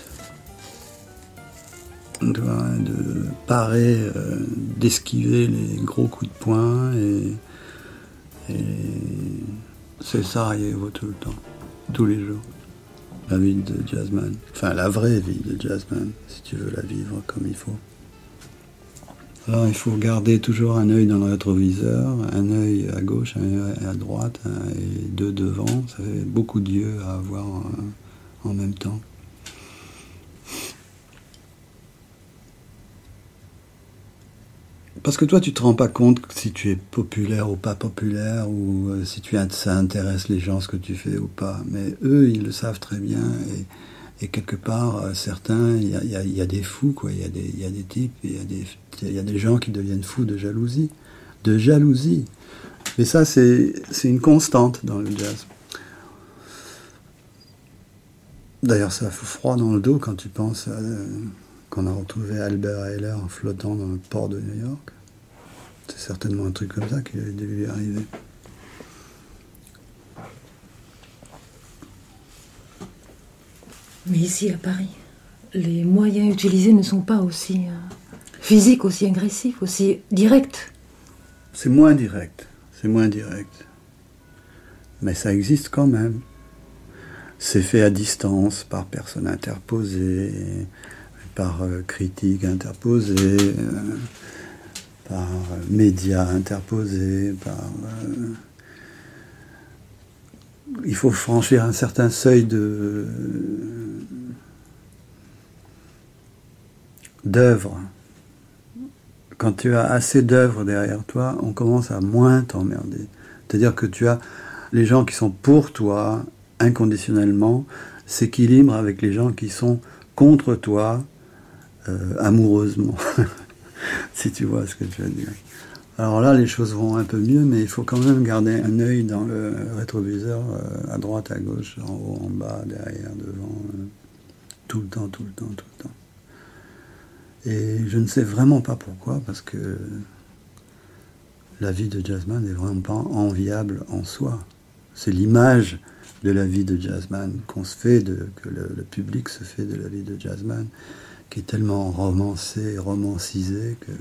de parer, d'esquiver les gros coups de poing et c'est Sarajevo tout le temps, tous les jours. La vie de jazzman, enfin la vraie vie de jazzman, si tu veux la vivre comme il faut. Alors il faut garder toujours un œil dans le rétroviseur, un œil à gauche, un œil à droite et deux devant. Ça fait beaucoup d'yeux à avoir en même temps. Parce que toi, tu te rends pas compte si tu es populaire ou pas populaire, ou si ça intéresse les gens ce que tu fais ou pas. Mais eux, ils le savent très bien. Et quelque part, certains, il y a des fous, quoi. Il y a des types, il y a des gens qui deviennent fous de jalousie. De jalousie. Et ça, c'est une constante dans le jazz. D'ailleurs, ça fait froid dans le dos quand tu penses qu'on a retrouvé Albert Ayler en flottant dans le port de New York. C'est certainement un truc comme ça qui a dû lui arriver. Mais ici à Paris, les moyens utilisés ne sont pas aussi physiques, aussi agressifs, aussi directs. C'est moins direct. Mais ça existe quand même. C'est fait à distance, par personnes interposées, par critiques interposées, par médias interposés, il faut franchir un certain seuil d'œuvres. Quand tu as assez d'œuvres derrière toi, on commence à moins t'emmerder. C'est-à-dire que tu as les gens qui sont pour toi, inconditionnellement, s'équilibrent avec les gens qui sont contre toi, amoureusement. Si tu vois ce que je veux dire. Alors là, les choses vont un peu mieux, mais il faut quand même garder un œil dans le rétroviseur, à droite, à gauche, en haut, en bas, derrière, devant, tout le temps. Et je ne sais vraiment pas pourquoi, parce que la vie de jazzman n'est vraiment pas enviable en soi. C'est l'image de la vie de jazzman qu'on se fait, que le public se fait de la vie de jazzman, qui est tellement romancée, romancisée que...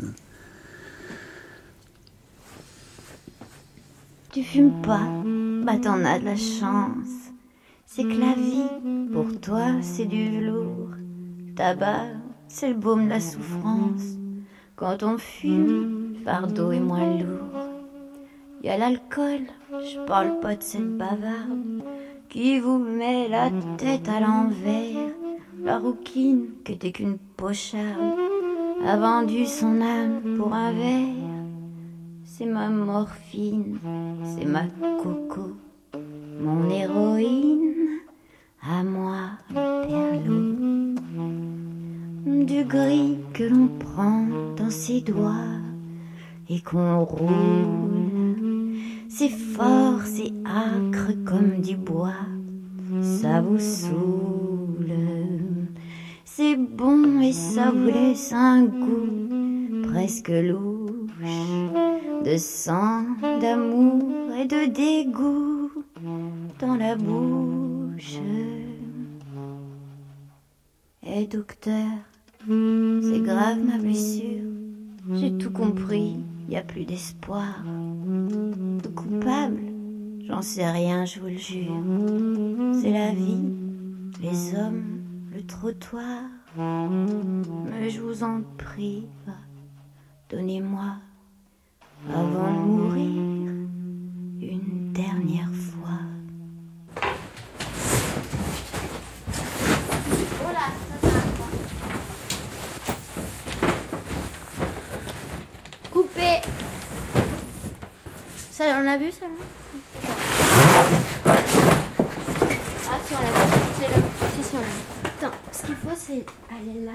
Tu fumes pas, bah t'en as de la chance. C'est que la vie, pour toi, c'est du velours. Tabac, c'est le baume de la souffrance. Quand on fume, le fardeau est moins lourd. Y a l'alcool, je parle pas de cette bavarde qui vous met la tête à l'envers. La rouquine, qui était qu'une pocharde, a vendu son âme pour un verre. C'est ma morphine, c'est ma coco, mon héroïne, à moi le perlot. Du gris que l'on prend dans ses doigts et qu'on roule, c'est fort, c'est âcre comme du bois, ça vous saoule. C'est bon et ça vous laisse un goût presque louche de sang, d'amour et de dégoût dans la bouche. Eh docteur, c'est grave ma blessure. J'ai tout compris, y a plus d'espoir. De coupable, j'en sais rien, je vous le jure. C'est la vie, les hommes, le trottoir. Mais je vous en prie, donnez-moi, avant de mourir, une dernière fois. Voilà, ça va. Coupé. Ça, on l'a vu, ça, là? Ah, si, on l'a vu. C'est là. Si, on l'a vu. Attends, ce qu'il faut, c'est aller là.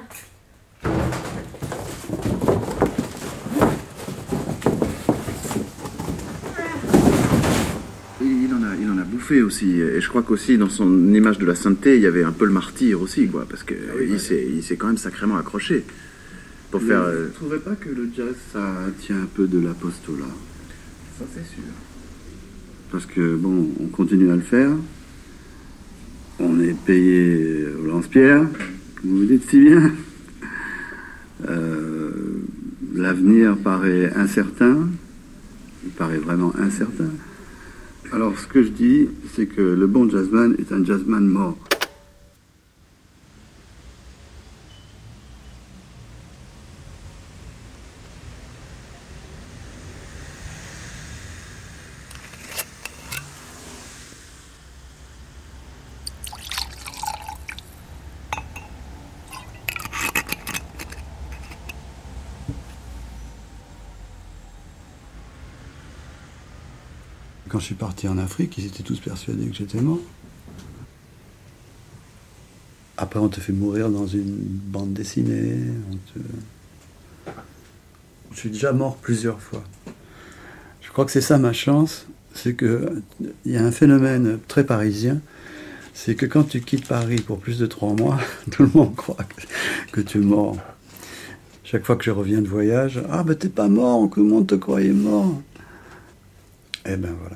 Il en a bouffé aussi, et je crois qu'aussi dans son image de la sainteté, il y avait un peu le martyr aussi, quoi, parce que il s'est quand même sacrément accroché pour faire. Vous ne trouvez pas que le jazz, ça tient un peu de l'apostolat? Ça, c'est sûr. Parce que bon, on continue à le faire. On est payé au lance-pierre, comme vous dites si bien. L'avenir paraît incertain. Il paraît vraiment incertain. Alors, ce que je dis, c'est que le bon jazzman est un jazzman mort. Quand je suis parti en Afrique, ils étaient tous persuadés que j'étais mort. Après, on te fait mourir dans une bande dessinée. Je suis déjà mort plusieurs fois. Je crois que c'est ça ma chance. C'est qu'il y a un phénomène très parisien. C'est que quand tu quittes Paris pour plus de 3 mois, tout le monde croit que tu es mort. Chaque fois que je reviens de voyage, « Ah, ben t'es pas mort, tout le monde te croyait mort. » Eh ben voilà.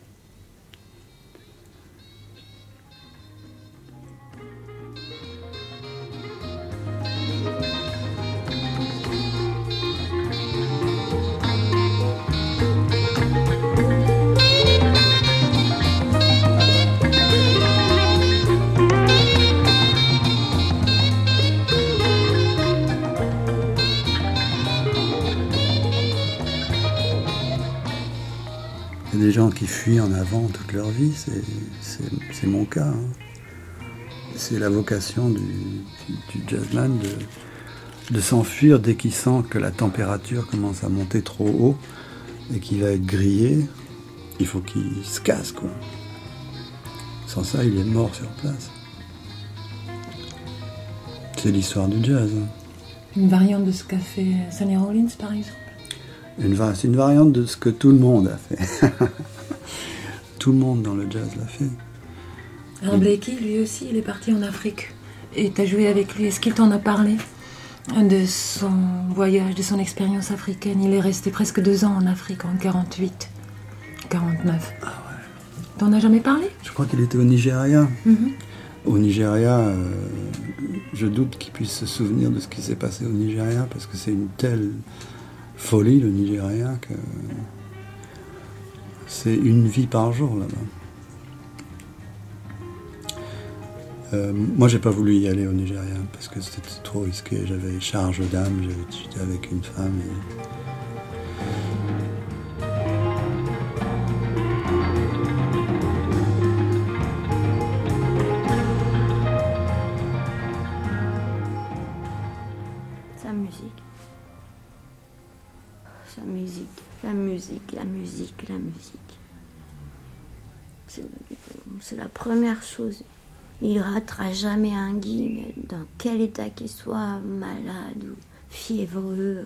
Il y a des gens qui fuient en avant toute leur vie, c'est mon cas. Hein. C'est la vocation du jazzman de s'enfuir dès qu'il sent que la température commence à monter trop haut et qu'il va être grillé. Il faut qu'il se casse, quoi. Sans ça, il est mort sur place. C'est l'histoire du jazz. Hein. Une variante de ce qu'a fait Sonny Rollins, par exemple. C'est une variante de ce que tout le monde a fait. Tout le monde dans le jazz l'a fait. Alors Blakey, lui aussi, il est parti en Afrique. Et tu as joué avec lui. Est-ce qu'il t'en a parlé de son voyage, de son expérience africaine? Il est resté presque 2 ans en Afrique, en 48, 49. Ah ouais. T'en as jamais parlé? Je crois qu'il était au Nigeria. Mm-hmm. Au Nigeria, je doute qu'il puisse se souvenir de ce qui s'est passé au Nigeria, parce que c'est une telle folie, le Nigeria, que c'est une vie par jour là-bas. Moi, j'ai pas voulu y aller au Nigeria parce que c'était trop risqué. J'avais charge d'âme, j'étais avec une femme. La musique. C'est la première chose. Il ratera jamais un guide, dans quel état qu'il soit, malade ou fiévreux.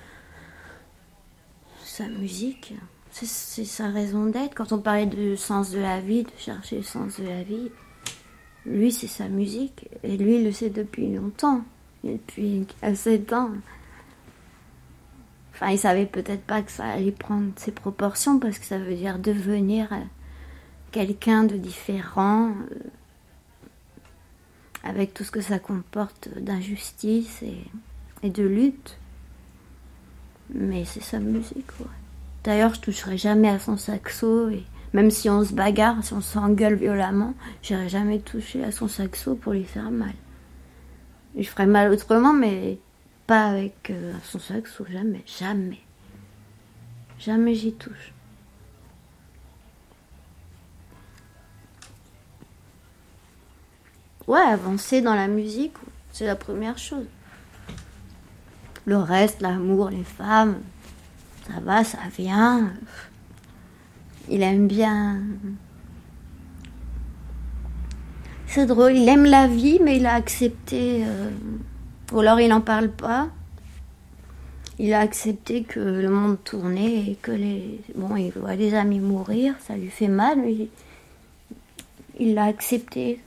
Sa musique, c'est sa raison d'être. Quand on parlait du sens de la vie, de chercher le sens de la vie, lui, c'est sa musique. Et lui, il le sait depuis longtemps. Depuis 7 ans. Enfin, il savait peut-être pas que ça allait prendre ses proportions, parce que ça veut dire devenir quelqu'un de différent, avec tout ce que ça comporte d'injustice et de lutte. Mais c'est sa musique, ouais. D'ailleurs, je toucherai jamais à son saxo, et même si on se bagarre, si on s'engueule violemment, j'irai jamais toucher à son saxo pour lui faire mal. Je ferai mal autrement, mais pas avec son saxo, jamais, jamais. Jamais j'y touche. Ouais, avancer dans la musique, c'est la première chose. Le reste, l'amour, les femmes, ça va, ça vient. Il aime bien. C'est drôle, il aime la vie, mais il a accepté. Ou alors il n'en parle pas. Il a accepté que le monde tournait et que il voit les amis mourir, ça lui fait mal, mais il l'a accepté.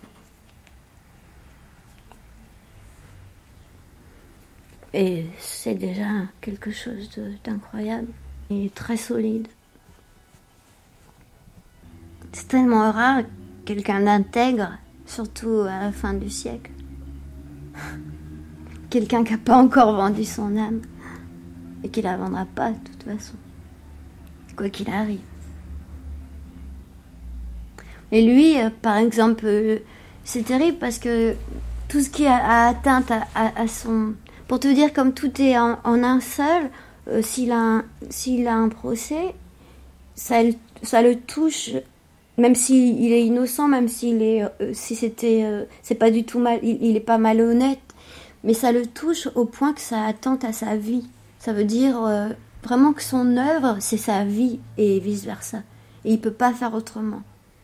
Et c'est déjà quelque chose d'incroyable. Il est très solide. C'est tellement rare, quelqu'un d'intègre, surtout à la fin du siècle. Quelqu'un qui n'a pas encore vendu son âme et qui la vendra pas de toute façon, quoi qu'il arrive. Et lui, par exemple, c'est terrible parce que tout ce qui a atteinte à son... Pour te dire, comme tout est en un seul, s'il a un procès, ça le touche, même s'il est innocent, même c'est pas du tout mal, il est pas malhonnête, mais ça le touche au point que ça attente à sa vie. Ça veut dire vraiment que son œuvre, c'est sa vie et vice-versa. Et il peut pas faire autrement.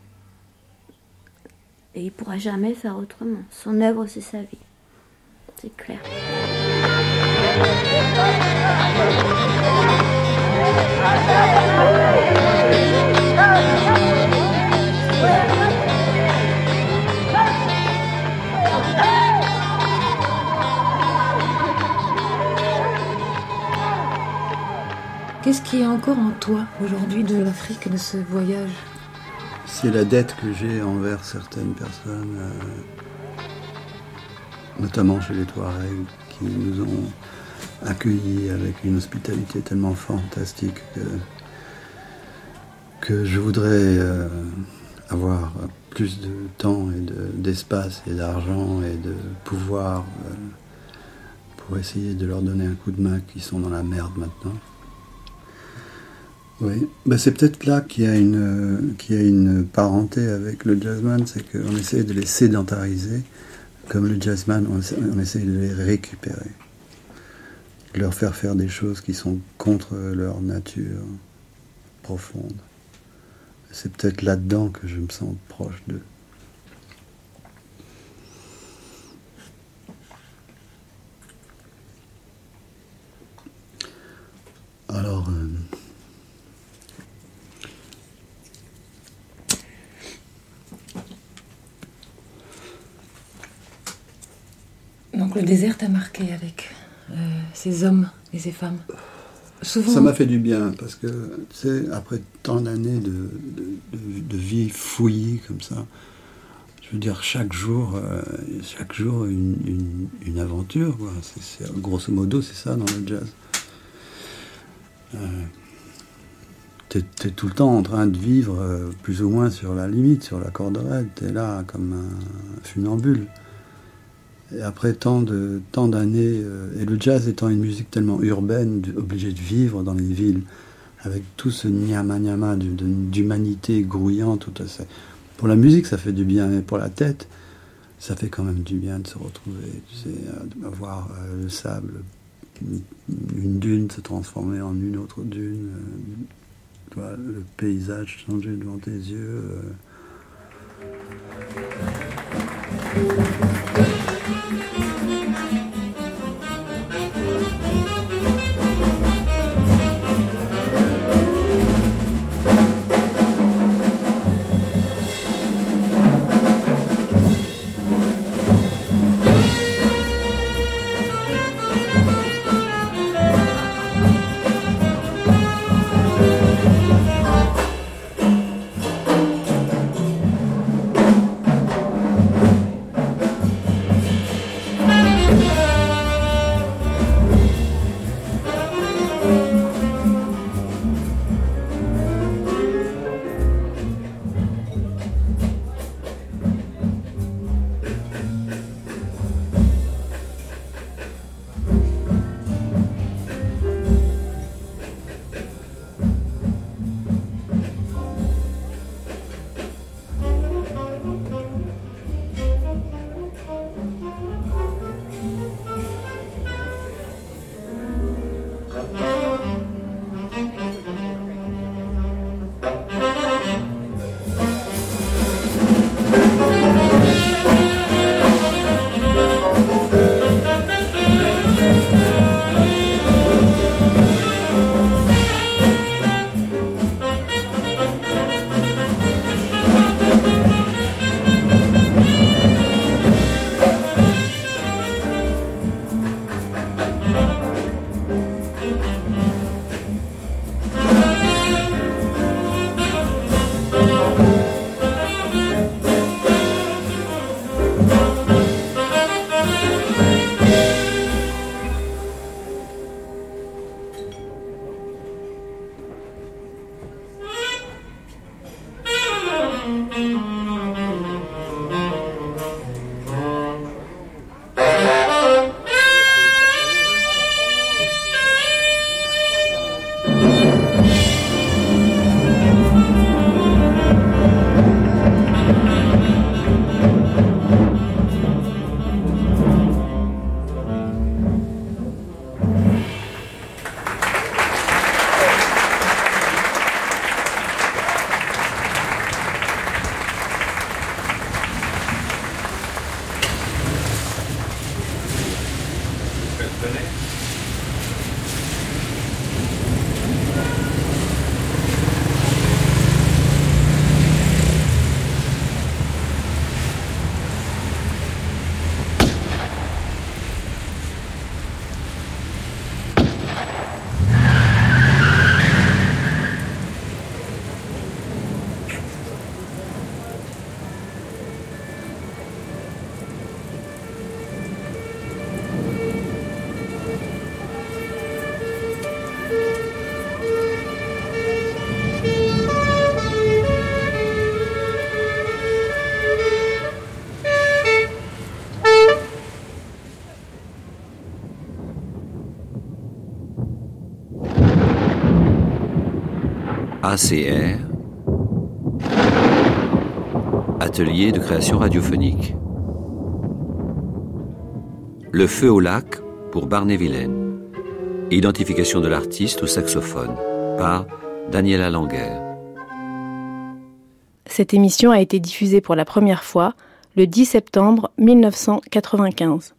Et il pourra jamais faire autrement. Son œuvre, c'est sa vie. C'est clair. Qu'est-ce qui est encore en toi aujourd'hui de l'Afrique, de ce voyage? C'est la dette que j'ai envers certaines personnes, notamment chez les Touaregs, qui nous ont accueillis avec une hospitalité tellement fantastique que je voudrais avoir plus de temps et d'espace et d'argent et de pouvoir pour essayer de leur donner un coup de main, qui sont dans la merde maintenant. Oui, c'est peut-être là qu'il y a une parenté avec le jazzman, c'est qu'on essaie de les sédentariser. Comme le jazzman, on essaie de les récupérer, de leur faire des choses qui sont contre leur nature profonde. C'est peut-être là-dedans que je me sens proche d'eux. Alors... Donc le désert t'a marqué avec ces hommes et ces femmes. Souvent... Ça m'a fait du bien, parce que, tu sais, après tant d'années de vie fouillie comme ça, je veux dire, chaque jour une aventure, quoi. Grosso modo, c'est ça dans le jazz. T'es tout le temps en train de vivre plus ou moins sur la limite, sur la corde raide. T'es là comme un funambule. Et après tant d'années, et le jazz étant une musique tellement urbaine, obligée de vivre dans les villes, avec tout ce nyama d'humanité grouillant, tout ça. Pour la musique, ça fait du bien, mais pour la tête, ça fait quand même du bien de se retrouver, tu sais, voir le sable, une dune se transformer en une autre dune, le paysage changer devant tes yeux. ACR, Atelier de création radiophonique. Le feu au lac pour Barney-Vilaine. Identification de l'artiste au saxophone par Daniela Langer. Cette émission a été diffusée pour la première fois le 10 septembre 1995.